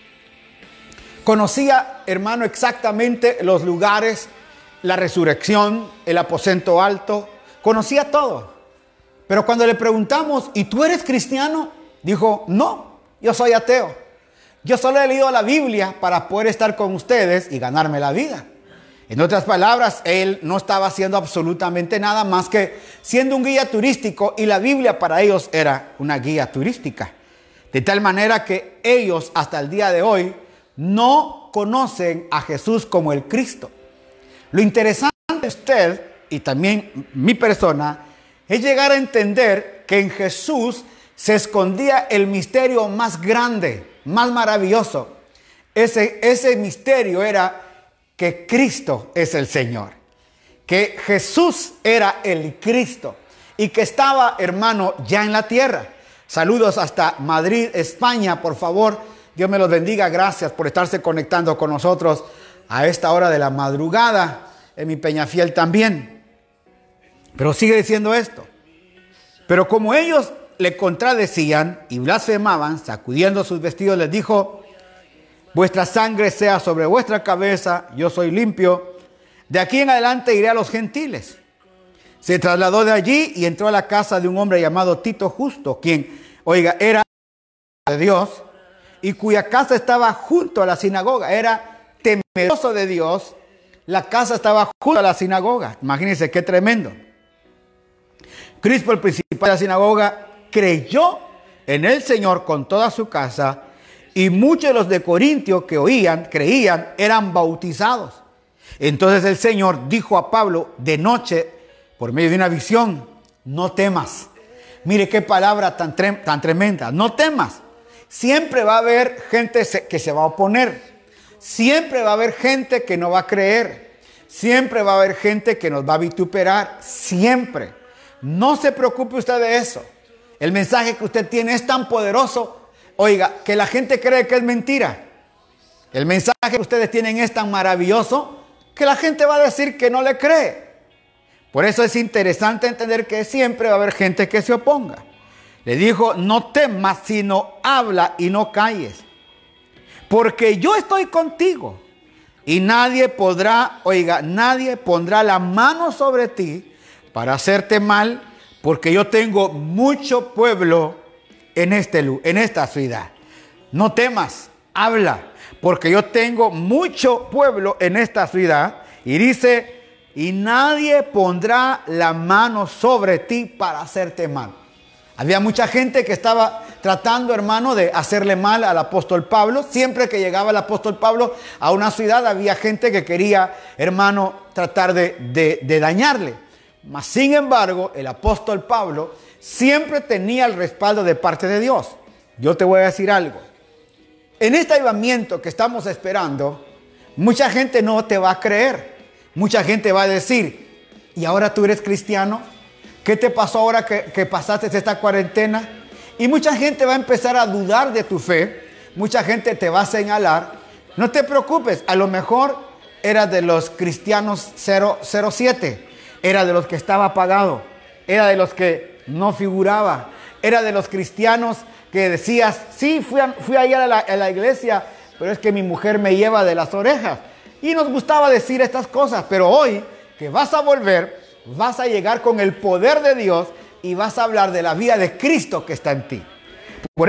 Conocía, hermano, exactamente los lugares, la resurrección, el aposento alto. Conocía todo. Pero cuando le preguntamos, ¿y tú eres cristiano? Dijo, no, yo soy ateo. Yo solo he leído la Biblia para poder estar con ustedes y ganarme la vida. En otras palabras, él no estaba haciendo absolutamente nada más que siendo un guía turístico, y la Biblia para ellos era una guía turística. De tal manera que ellos hasta el día de hoy no conocen a Jesús como el Cristo. Lo interesante de usted y también mi persona es llegar a entender que en Jesús se escondía el misterio más grande, más maravilloso. Ese misterio era que Cristo es el Señor, que Jesús era el Cristo y que estaba, hermano, ya en la tierra. Saludos hasta Madrid, España, por favor. Dios me los bendiga. Gracias por estarse conectando con nosotros a esta hora de la madrugada. En mi Peñafiel también. Pero sigue diciendo esto. Pero como ellos le contradecían y blasfemaban, sacudiendo sus vestidos, les dijo, vuestra sangre sea sobre vuestra cabeza, yo soy limpio. De aquí en adelante iré a los gentiles. Se trasladó de allí y entró a la casa de un hombre llamado Tito Justo, quien, oiga, era de Dios y cuya casa estaba junto a la sinagoga. Era temeroso de Dios. La casa estaba junto a la sinagoga. Imagínense qué tremendo. Crispo, el principal de la sinagoga, creyó en el Señor con toda su casa, y muchos de los de Corintio que creían, eran bautizados. Entonces el Señor dijo a Pablo de noche, por medio de una visión, no temas. Mire qué palabra tan tremenda. No temas. Siempre va a haber gente que se va a oponer. Siempre va a haber gente que no va a creer. Siempre va a haber gente que nos va a vituperar. Siempre. No se preocupe usted de eso. El mensaje que usted tiene es tan poderoso, oiga, que la gente cree que es mentira. El mensaje que ustedes tienen es tan maravilloso que la gente va a decir que no le cree. Por eso es interesante entender que siempre va a haber gente que se oponga. Le dijo, no temas, sino habla y no calles. Porque yo estoy contigo y nadie pondrá la mano sobre ti para hacerte mal, porque yo tengo mucho pueblo en esta ciudad. No temas, habla, porque yo tengo mucho pueblo en esta ciudad. Y dice, y nadie pondrá la mano sobre ti para hacerte mal. Había mucha gente que estaba tratando, hermano, de hacerle mal al apóstol Pablo. Siempre que llegaba el apóstol Pablo a una ciudad, había gente que quería, hermano, tratar de dañarle. Mas, sin embargo, el apóstol Pablo siempre tenía el respaldo de parte de Dios. Yo te voy a decir algo. En este avivamiento que estamos esperando, mucha gente no te va a creer. Mucha gente va a decir, ¿y ahora tú eres cristiano? ¿Qué te pasó ahora que pasaste esta cuarentena? Y mucha gente va a empezar a dudar de tu fe. Mucha gente te va a señalar. No te preocupes, a lo mejor era de los cristianos 007. Era de los que estaba apagado. Era de los que no figuraba. Era de los cristianos que decías, sí, fui allá a la iglesia, pero es que mi mujer me lleva de las orejas. Y nos gustaba decir estas cosas, pero hoy que vas a volver, vas a llegar con el poder de Dios y vas a hablar de la vida de Cristo que está en ti. Por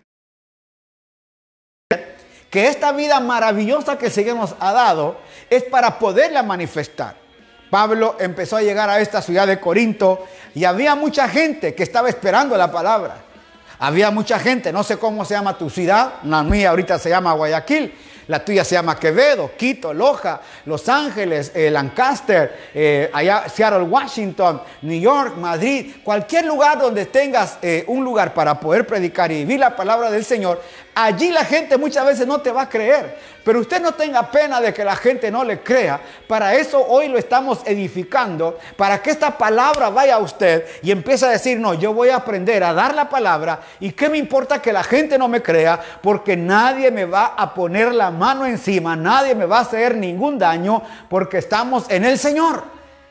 eso, que esta vida maravillosa que el Señor nos ha dado es para poderla manifestar. Pablo empezó a llegar a esta ciudad de Corinto y había mucha gente que estaba esperando la palabra. Había mucha gente, no sé cómo se llama tu ciudad, la mía ahorita se llama Guayaquil, la tuya se llama Quevedo, Quito, Loja, Los Ángeles, Lancaster, allá Seattle, Washington, New York, Madrid, cualquier lugar donde tengas un lugar para poder predicar y vivir la palabra del Señor, allí la gente muchas veces no te va a creer, pero usted no tenga pena de que la gente no le crea. Para eso hoy lo estamos edificando, para que esta palabra vaya a usted y empiece a decir, no, yo voy a aprender a dar la palabra y qué me importa que la gente no me crea, porque nadie me va a poner la mano encima, nadie me va a hacer ningún daño, porque estamos en el Señor.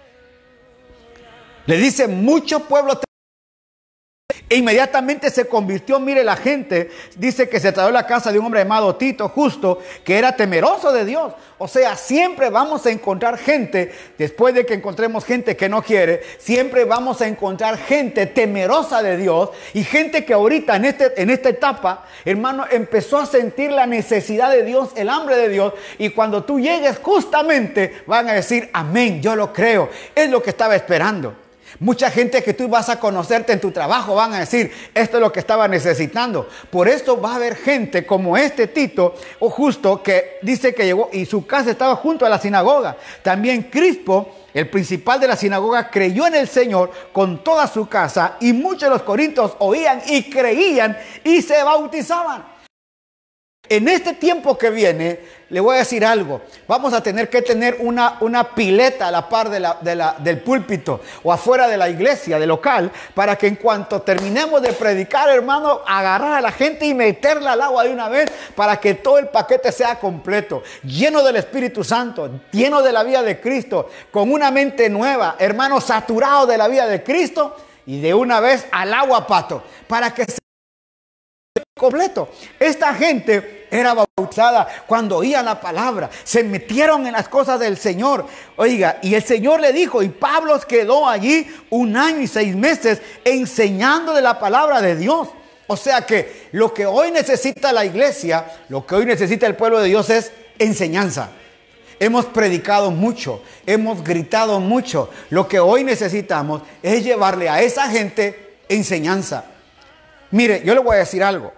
Le dice, mucho pueblo. E inmediatamente se convirtió, mire, la gente dice que se trayó a la casa de un hombre llamado Tito, justo, que era temeroso de Dios. O sea, siempre vamos a encontrar gente, después de que encontremos gente que no quiere, siempre vamos a encontrar gente temerosa de Dios y gente que ahorita en esta etapa, hermano, empezó a sentir la necesidad de Dios, el hambre de Dios, y cuando tú llegues justamente van a decir, amén, yo lo creo, es lo que estaba esperando. Mucha gente que tú vas a conocerte en tu trabajo van a decir, esto es lo que estaba necesitando. Por esto va a haber gente como este Tito, o justo, que dice que llegó y su casa estaba junto a la sinagoga. También Crispo, el principal de la sinagoga, creyó en el Señor con toda su casa, y muchos de los corintios oían y creían y se bautizaban. En este tiempo que viene, le voy a decir algo. Vamos a tener que tener una pileta a la par del púlpito o afuera de la iglesia, del local, para que en cuanto terminemos de predicar, hermano, agarrar a la gente y meterla al agua de una vez para que todo el paquete sea completo, lleno del Espíritu Santo, lleno de la vida de Cristo, con una mente nueva, hermano, saturado de la vida de Cristo, y de una vez al agua, pato, para que se completo. Esta gente era bautizada cuando oían la palabra, se metieron en las cosas del Señor. Oiga, y el Señor le dijo, y Pablo quedó allí 1 año y 6 meses enseñando de la palabra de Dios. O sea que lo que hoy necesita la iglesia, lo que hoy necesita el pueblo de Dios es enseñanza. Hemos predicado mucho, hemos gritado mucho. Lo que hoy necesitamos es llevarle a esa gente enseñanza. Mire, yo le voy a decir algo.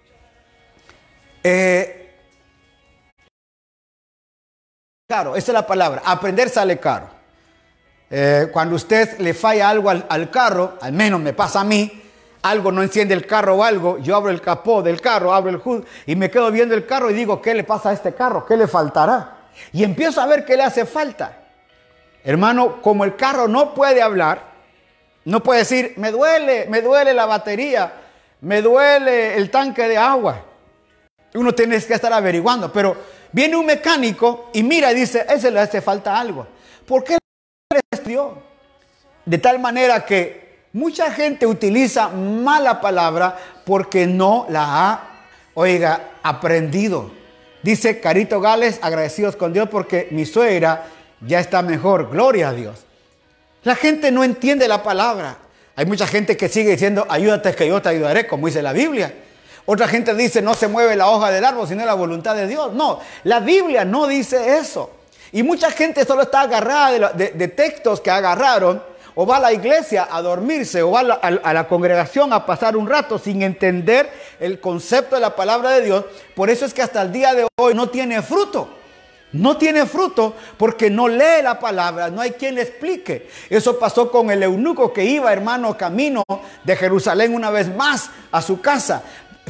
Caro, esa es la palabra. Aprender sale caro. Cuando usted le falla algo al carro, al menos me pasa a mí, algo no enciende el carro o algo, yo abro el capó del carro, abro el hood y me quedo viendo el carro y digo, ¿qué le pasa a este carro? ¿Qué le faltará? Y empiezo a ver qué le hace falta. Hermano, como el carro no puede hablar, no puede decir, me duele la batería, me duele el tanque de agua. Uno tiene que estar averiguando, pero viene un mecánico y mira y dice, ese le hace falta algo. ¿Por qué le estudió? De tal manera que mucha gente utiliza mala palabra porque no la ha, aprendido. Dice Carito Gales, agradecidos con Dios porque mi suegra ya está mejor. Gloria a Dios. La gente no entiende la palabra. Hay mucha gente que sigue diciendo, ayúdate que yo te ayudaré, como dice la Biblia. Otra gente dice, no se mueve la hoja del árbol, sino la voluntad de Dios. No, la Biblia no dice eso. Y mucha gente solo está agarrada de textos que agarraron, o va a la iglesia a dormirse, o va a la congregación a pasar un rato sin entender el concepto de la palabra de Dios. Por eso es que hasta el día de hoy no tiene fruto. No tiene fruto porque no lee la palabra, no hay quien le explique. Eso pasó con el eunuco que iba, hermano, camino de Jerusalén una vez más a su casa.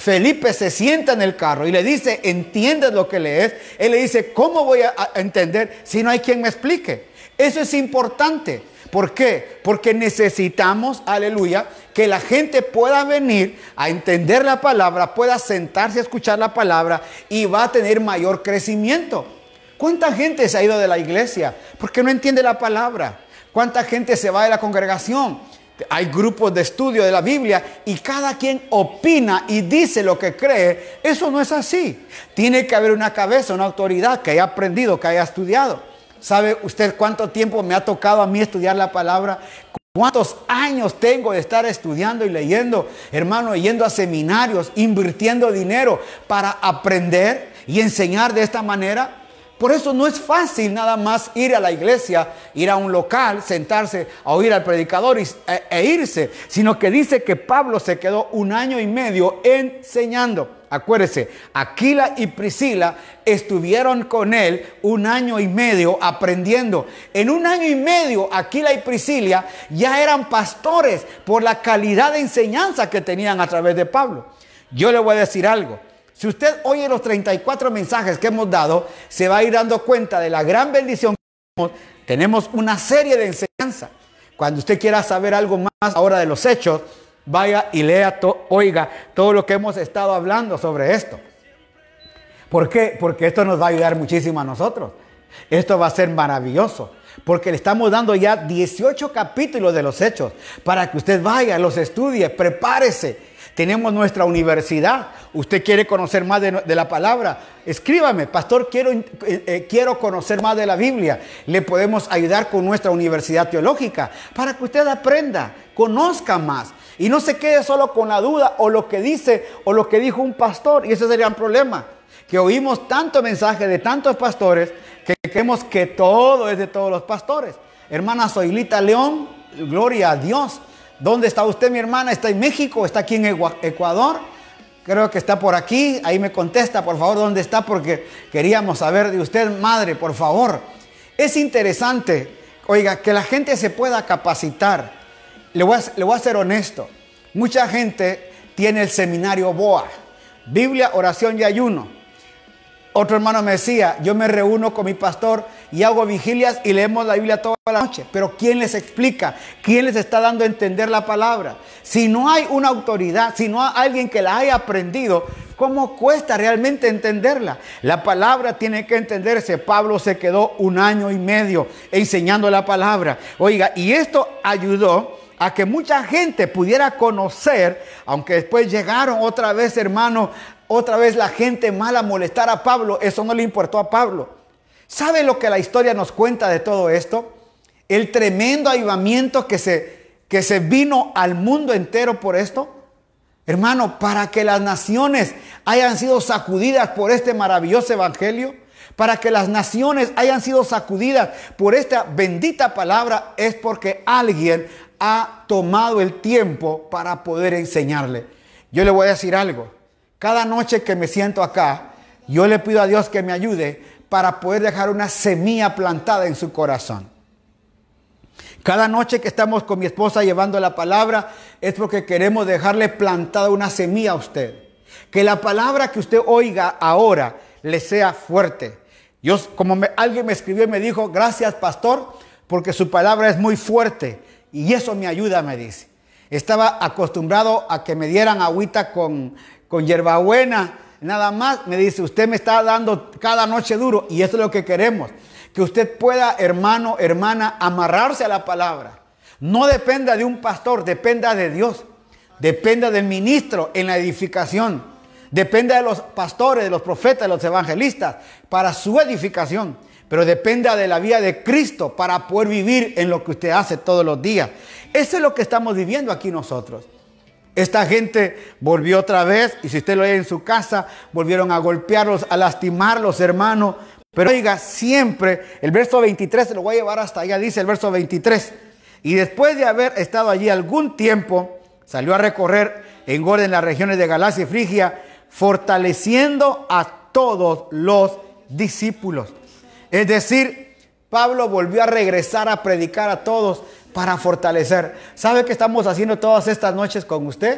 Felipe se sienta en el carro y le dice, ¿entiendes lo que lees? Él le dice, ¿cómo voy a entender si no hay quien me explique? Eso es importante. ¿Por qué? Porque necesitamos, aleluya, que la gente pueda venir a entender la palabra, pueda sentarse a escuchar la palabra y va a tener mayor crecimiento. ¿Cuánta gente se ha ido de la iglesia porque no entiende la palabra? ¿Cuánta gente se va de la congregación? Hay grupos de estudio de la Biblia y cada quien opina y dice lo que cree. Eso no es así. Tiene que haber una cabeza, una autoridad que haya aprendido, que haya estudiado. ¿Sabe usted cuánto tiempo me ha tocado a mí estudiar la palabra? ¿Cuántos años tengo de estar estudiando y leyendo, hermano, yendo a seminarios, invirtiendo dinero para aprender y enseñar de esta manera? Por eso no es fácil nada más ir a la iglesia, ir a un local, sentarse a oír al predicador e irse, sino que dice que Pablo se quedó 1 año y medio enseñando. Acuérdese, Aquila y Priscila estuvieron con él 1 año y medio aprendiendo. En 1 año y medio, Aquila y Priscila ya eran pastores por la calidad de enseñanza que tenían a través de Pablo. Yo le voy a decir algo. Si usted oye los 34 mensajes que hemos dado, se va a ir dando cuenta de la gran bendición que tenemos una serie de enseñanza. Cuando usted quiera saber algo más ahora de los hechos, vaya y lea, oiga todo lo que hemos estado hablando sobre esto. ¿Por qué? Porque esto nos va a ayudar muchísimo a nosotros. Esto va a ser maravilloso. Porque le estamos dando ya 18 capítulos de los hechos para que usted vaya, los estudie, prepárese. Tenemos nuestra universidad. Usted quiere conocer más de la palabra, escríbame, pastor, quiero conocer más de la Biblia. Le podemos ayudar con nuestra universidad teológica para que usted aprenda, conozca más y no se quede solo con la duda o lo que dice o lo que dijo un pastor. Y ese sería un problema, que oímos tanto mensaje de tantos pastores que creemos que todo es de todos los pastores. Hermana Zoilita León, gloria a Dios. ¿Dónde está usted, mi hermana? ¿Está en México? ¿Está aquí en Ecuador? Creo que está por aquí. Ahí me contesta, por favor, ¿dónde está? Porque queríamos saber de usted, madre, por favor. Es interesante, oiga, que la gente se pueda capacitar. Le voy a ser honesto. Mucha gente tiene el seminario BOA, Biblia, Oración y Ayuno. Otro hermano me decía, yo me reúno con mi pastor y hago vigilias y leemos la Biblia toda la noche. Pero ¿quién les explica? ¿Quién les está dando a entender la palabra? Si no hay una autoridad, si no hay alguien que la haya aprendido, ¿cómo cuesta realmente entenderla? La palabra tiene que entenderse. Pablo se quedó 1 año y medio enseñando la palabra. Oiga, y esto ayudó a que mucha gente pudiera conocer, aunque después llegaron otra vez, hermano, otra vez la gente mala a molestar a Pablo. Eso no le importó a Pablo. ¿Sabe lo que la historia nos cuenta de todo esto? El tremendo avivamiento que se vino al mundo entero por esto. Hermano, para que las naciones hayan sido sacudidas por este maravilloso evangelio, para que las naciones hayan sido sacudidas por esta bendita palabra, es porque alguien ha tomado el tiempo para poder enseñarle. Yo le voy a decir algo. Cada noche que me siento acá, yo le pido a Dios que me ayude para poder dejar una semilla plantada en su corazón. Cada noche que estamos con mi esposa llevando la palabra, es porque queremos dejarle plantada una semilla a usted. Que la palabra que usted oiga ahora le sea fuerte. Alguien me escribió y me dijo, gracias pastor, porque su palabra es muy fuerte. Y eso me ayuda, me dice. Estaba acostumbrado a que me dieran agüita con hierbabuena, nada más. Me dice, usted me está dando cada noche duro. Y eso es lo que queremos. Que usted pueda, hermano, hermana, amarrarse a la palabra. No dependa de un pastor, dependa de Dios. Dependa del ministro en la edificación. Dependa de los pastores, de los profetas, de los evangelistas para su edificación. Pero dependa de la vida de Cristo para poder vivir en lo que usted hace todos los días. Eso es lo que estamos viviendo aquí nosotros. Esta gente volvió otra vez, y si usted lo ve en su casa, volvieron a golpearlos, a lastimarlos, hermano. Pero oiga, siempre, el verso 23, se lo voy a llevar hasta allá, dice el verso 23. Y después de haber estado allí algún tiempo, salió a recorrer en orden las regiones de Galacia y Frigia, fortaleciendo a todos los discípulos. Es decir, Pablo volvió a regresar a predicar a todos para fortalecer. ¿Sabe qué estamos haciendo todas estas noches con usted?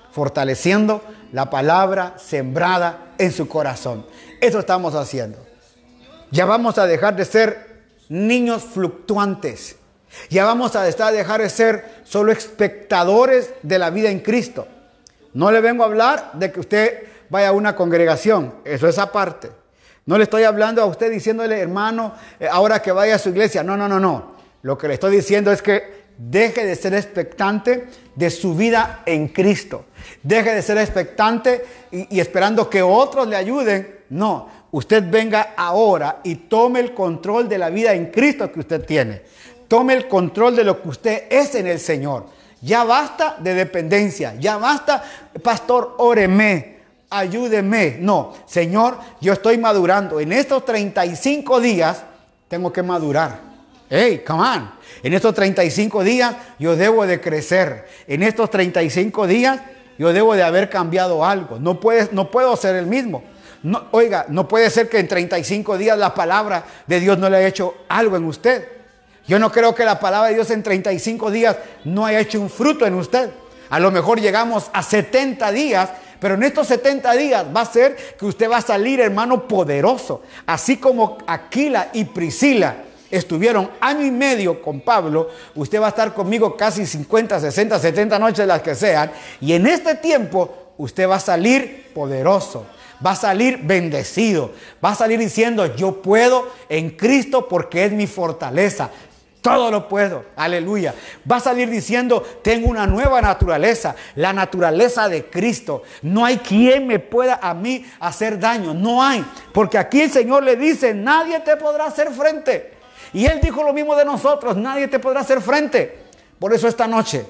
fortaleciendo la palabra sembrada en su corazón. Eso estamos haciendo. Ya vamos a dejar de ser niños fluctuantes. Ya vamos a dejar de ser solo espectadores de la vida en Cristo. No le vengo a hablar de que usted vaya a una congregación. Eso es aparte. No le estoy hablando a usted diciéndole, hermano, ahora que vaya a su iglesia. No. Lo que le estoy diciendo es que deje de ser expectante de su vida en Cristo. Deje de ser expectante y esperando que otros le ayuden. No, usted venga ahora y tome el control de la vida en Cristo que usted tiene. Tome el control de lo que usted es en el Señor. Ya basta de dependencia. Ya basta, pastor, óreme, ayúdeme. No, Señor, yo estoy madurando. En estos 35 días tengo que madurar. Hey, come on. En estos 35 días yo debo de crecer. En estos 35 días yo debo de haber cambiado algo. No puedo ser el mismo. No, oiga, no puede ser que en 35 días la palabra de Dios no le haya hecho algo en usted. Yo no creo que la palabra de Dios en 35 días no haya hecho un fruto en usted. A lo mejor llegamos a 70 días, pero en estos 70 días va a ser que usted va a salir, hermano, poderoso. Así como Aquila y Priscila estuvieron año y medio con Pablo, usted va a estar conmigo casi 50, 60, 70 noches, las que sean. Y en este tiempo usted va a salir poderoso. Va a salir bendecido. Va a salir diciendo, yo puedo en Cristo porque es mi fortaleza. Todo lo puedo, aleluya. Va a salir diciendo, tengo una nueva naturaleza, la naturaleza de Cristo. No hay quien me pueda a mí hacer daño, no hay. Porque aquí el Señor le dice, nadie te podrá hacer frente. Y Él dijo lo mismo de nosotros, nadie te podrá hacer frente. Por eso esta noche,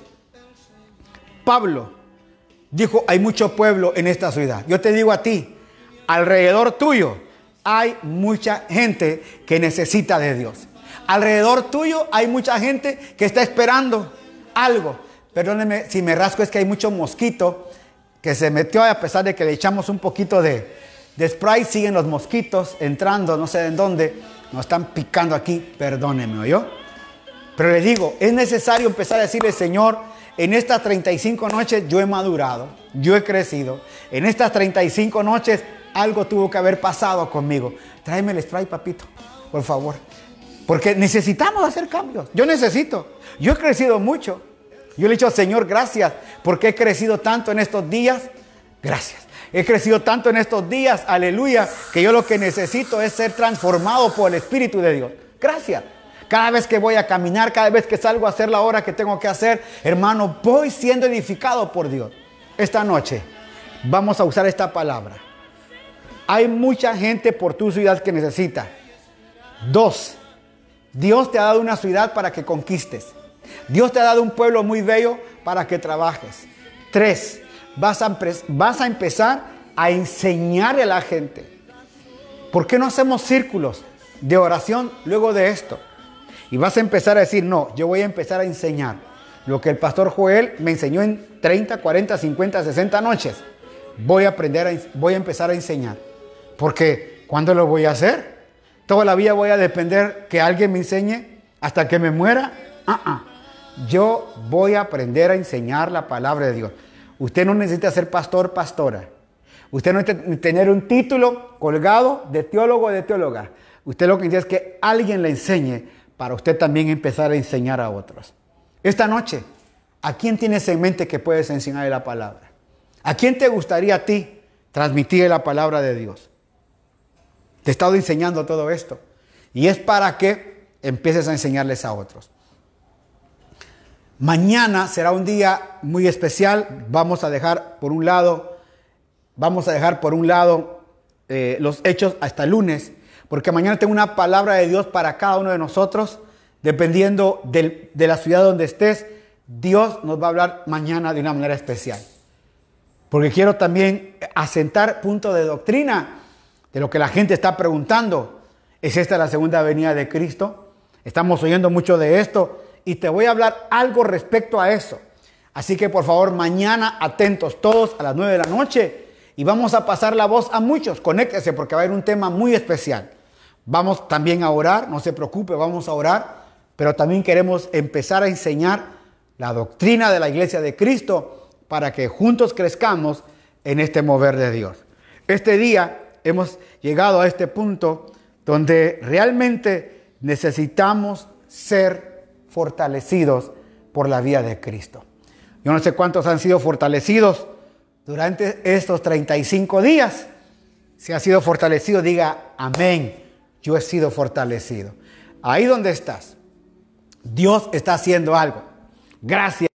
Pablo dijo, hay mucho pueblo en esta ciudad. Yo te digo a ti, alrededor tuyo hay mucha gente que necesita de Dios. Alrededor tuyo hay mucha gente que está esperando algo. Perdóneme si me rasco, es que hay mucho mosquito que se metió, a pesar de que le echamos un poquito de spray. Siguen los mosquitos entrando, no sé en dónde. Nos están picando aquí, perdóneme, ¿oyó? Pero le digo, es necesario empezar a decirle, Señor, en estas 35 noches yo he madurado, yo he crecido. En estas 35 noches algo tuvo que haber pasado conmigo. Tráeme el spray, papito, por favor. Porque necesitamos hacer cambios. Yo he crecido mucho. Yo le he dicho, Señor, gracias, porque he crecido tanto en estos días. Gracias. He crecido tanto en estos días, aleluya, que yo lo que necesito es ser transformado por el Espíritu de Dios. Gracias. Cada vez que voy a caminar, cada vez que salgo a hacer la hora que tengo que hacer, hermano, voy siendo edificado por Dios. Esta noche vamos a usar esta palabra. Hay mucha gente por tu ciudad que necesita. 2, Dios te ha dado una ciudad para que conquistes. Dios te ha dado un pueblo muy bello para que trabajes. 3, vas a empezar a enseñarle a la gente. ¿Por qué no hacemos círculos de oración luego de esto? Y vas a empezar a decir, no, yo voy a empezar a enseñar lo que el pastor Joel me enseñó en 30, 40, 50, 60 noches. Voy a empezar a enseñar. Porque, ¿cuándo lo voy a hacer? ¿Toda la vida voy a depender que alguien me enseñe hasta que me muera? Yo voy a aprender a enseñar la palabra de Dios. Usted no necesita ser pastor, pastora. Usted no necesita tener un título colgado de teólogo o de teóloga. Usted lo que necesita es que alguien le enseñe para usted también empezar a enseñar a otros. Esta noche, ¿a quién tienes en mente que puedes enseñarle la palabra? ¿A quién te gustaría a ti transmitir la palabra de Dios? Te he estado enseñando todo esto. Y es para que empieces a enseñarles a otros. Mañana será un día muy especial. Vamos a dejar por un lado los hechos hasta el lunes. Porque mañana tengo una palabra de Dios para cada uno de nosotros. Dependiendo de la ciudad donde estés, Dios nos va a hablar mañana de una manera especial. Porque quiero también asentar punto de doctrina de lo que la gente está preguntando. ¿Es esta la segunda venida de Cristo? Estamos oyendo mucho de esto y te voy a hablar algo respecto a eso. Así que por favor, mañana atentos todos a las 9 de la noche y vamos a pasar la voz a muchos. Conéctese porque va a haber un tema muy especial. Vamos también a orar, no se preocupe, vamos a orar, pero también queremos empezar a enseñar la doctrina de la iglesia de Cristo para que juntos crezcamos en este mover de Dios. Este día hemos llegado a este punto donde realmente necesitamos ser fortalecidos por la vida de Cristo. Yo no sé cuántos han sido fortalecidos durante estos 35 días. Si ha sido fortalecido, diga amén. Yo he sido fortalecido. Ahí donde estás, Dios está haciendo algo. Gracias.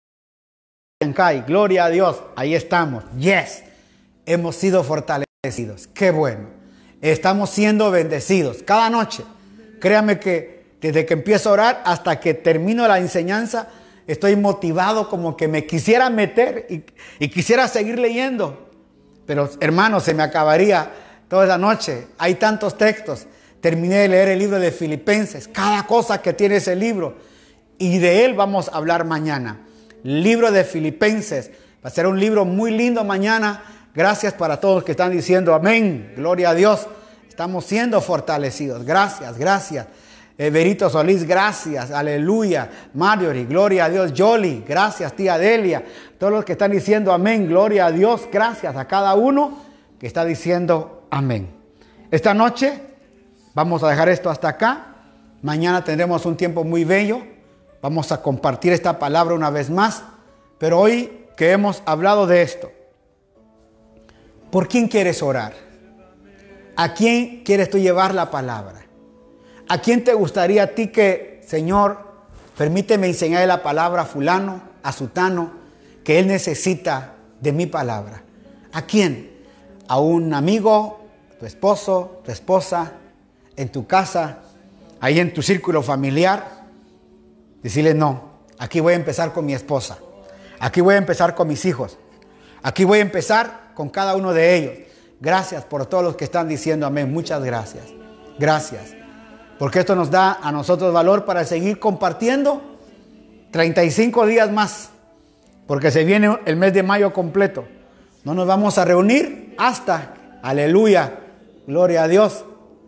Gloria a Dios. Ahí estamos. Yes. Hemos sido fortalecidos. Qué bueno. Estamos siendo bendecidos cada noche. Créame que desde que empiezo a orar hasta que termino la enseñanza, estoy motivado, como que me quisiera meter y quisiera seguir leyendo. Pero hermanos, se me acabaría toda la noche. Hay tantos textos. Terminé de leer el libro de Filipenses. Cada cosa que tiene ese libro. Y de él vamos a hablar mañana. Libro de Filipenses. Va a ser un libro muy lindo mañana. Gracias para todos los que están diciendo amén. Gloria a Dios. Estamos siendo fortalecidos. Gracias, gracias. Berito Solís, gracias. Aleluya. Marjorie, gloria a Dios. Yoli, gracias. Tía Delia. Todos los que están diciendo amén. Gloria a Dios. Gracias a cada uno que está diciendo amén. Esta noche vamos a dejar esto hasta acá. Mañana tendremos un tiempo muy bello. Vamos a compartir esta palabra una vez más. Pero hoy que hemos hablado de esto, ¿por quién quieres orar? ¿A quién quieres tú llevar la palabra? ¿A quién te gustaría a ti que, Señor, permíteme enseñarle la palabra a fulano, a sutano, que él necesita de mi palabra? ¿A quién? ¿A un amigo, tu esposo, tu esposa, en tu casa, ahí en tu círculo familiar? Decirle no, aquí voy a empezar con mi esposa. Aquí voy a empezar con mis hijos. Aquí voy a empezar con cada uno de ellos. Gracias por todos los que están diciendo amén. Muchas gracias. Gracias. Porque esto nos da a nosotros valor para seguir compartiendo 35 días más. Porque se viene el mes de mayo completo. No nos vamos a reunir hasta, aleluya, gloria a Dios.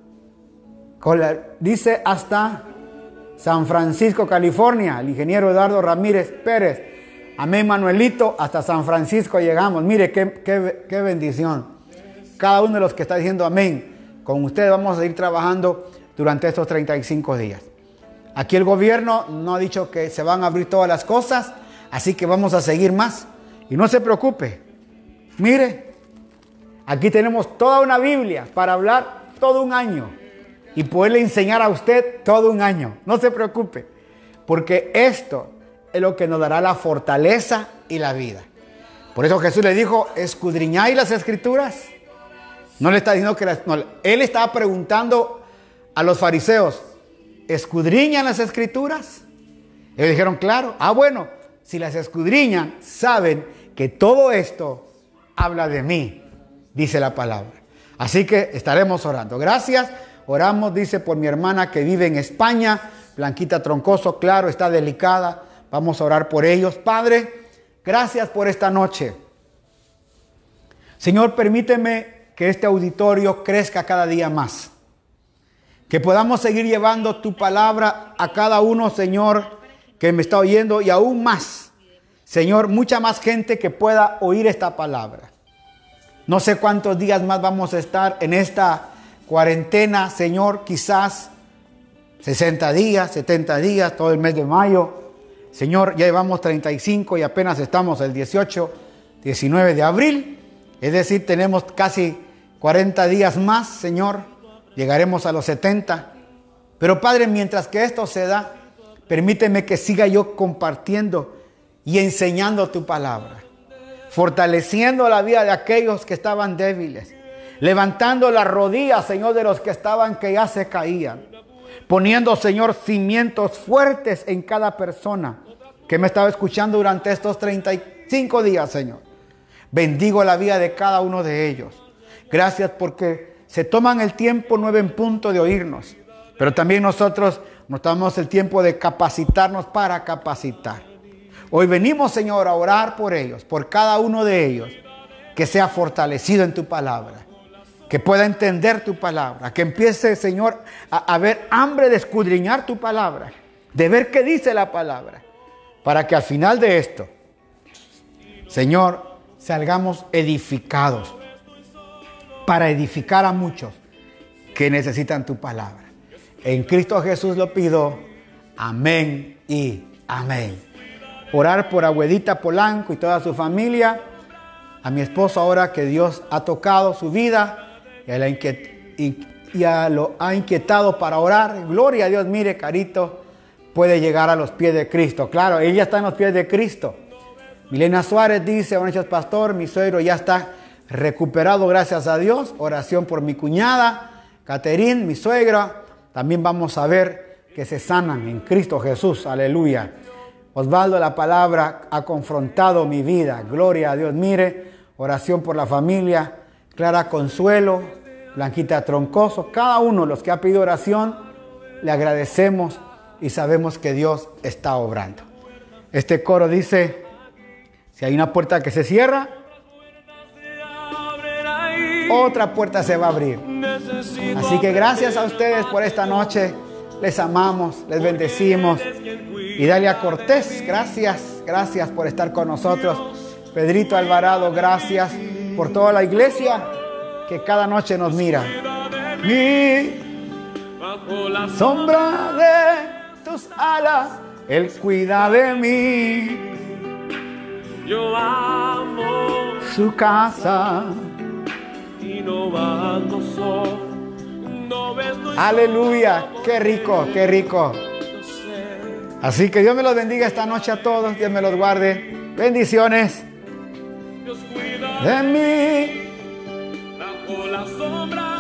Dice hasta San Francisco, California, el ingeniero Eduardo Ramírez Pérez. Amén, Manuelito, hasta San Francisco llegamos. Mire, qué bendición. Cada uno de los que está diciendo amén, con ustedes vamos a ir trabajando durante estos 35 días. Aquí el gobierno no ha dicho que se van a abrir todas las cosas, así que vamos a seguir más. Y no se preocupe. Mire, aquí tenemos toda una Biblia para hablar todo un año y poderle enseñar a usted todo un año. No se preocupe, porque esto es lo que nos dará la fortaleza y la vida. Por eso Jesús le dijo, escudriñáis las escrituras. No le está diciendo que él estaba preguntando a los fariseos, ¿escudriñan las escrituras? Ellos dijeron, claro. Bueno, si las escudriñan, saben que todo esto habla de mí, dice la palabra. Así que estaremos orando. Gracias. Oramos, dice, por mi hermana que vive en España, Blanquita Troncoso, claro, está delicada. Vamos a orar por ellos. Padre, gracias por esta noche. Señor, permíteme que este auditorio crezca cada día más. Que podamos seguir llevando tu palabra a cada uno, Señor, que me está oyendo, y aún más, Señor, mucha más gente que pueda oír esta palabra. No sé cuántos días más vamos a estar en esta cuarentena, Señor, quizás 60 días, 70 días, todo el mes de mayo. Señor, ya llevamos 35 y apenas estamos el 18, 19 de abril. Es decir, tenemos casi 40 días más, Señor. Llegaremos a los 70. Pero Padre, mientras que esto se da, permíteme que siga yo compartiendo y enseñando tu palabra. Fortaleciendo la vida de aquellos que estaban débiles. Levantando las rodillas, Señor, de los que ya se caían. Poniendo, Señor, cimientos fuertes en cada persona que me estaba escuchando durante estos 35 días, Señor. Bendigo la vida de cada uno de ellos. Gracias porque se toman el tiempo 9 en punto de oírnos. Pero también nosotros nos tomamos el tiempo de capacitarnos para capacitar. Hoy venimos, Señor, a orar por ellos, por cada uno de ellos, que sea fortalecido en tu palabra. Que pueda entender tu palabra, que empiece, Señor, a haber hambre de escudriñar tu palabra, de ver qué dice la palabra, para que al final de esto Señor, salgamos edificados para edificar a muchos que necesitan tu palabra. En Cristo Jesús lo pido. Amén y amén. Orar por Abuelita Polanco y toda su familia. A mi esposo ahora que Dios ha tocado su vida y lo ha inquietado para orar. Gloria a Dios, mire, Carito puede llegar a los pies de Cristo. Claro, ella está en los pies de Cristo. Milena Suárez dice, buenas noches, pastor, mi suegro ya está recuperado, gracias a Dios. Oración por mi cuñada, Caterín, mi suegra. También vamos a ver que se sanan en Cristo Jesús. Aleluya. Osvaldo, la palabra ha confrontado mi vida. Gloria a Dios. Mire, oración por la familia. Clara Consuelo, Blanquita Troncoso. Cada uno de los que ha pedido oración, le agradecemos y sabemos que Dios está obrando. Este coro dice, si hay una puerta que se cierra, otra puerta se va a abrir. Así que gracias a ustedes por esta noche. Les amamos, les bendecimos. Y Dalia Cortés, gracias por estar con nosotros. Pedrito Alvarado, gracias por toda la iglesia que cada noche nos mira. Bajo la sombra de tus alas, Él cuida de mí. Yo amo su casa. Aleluya, qué rico, qué rico. Así que Dios me los bendiga esta noche a todos, Dios me los guarde. Bendiciones de mí. Bajo la sombra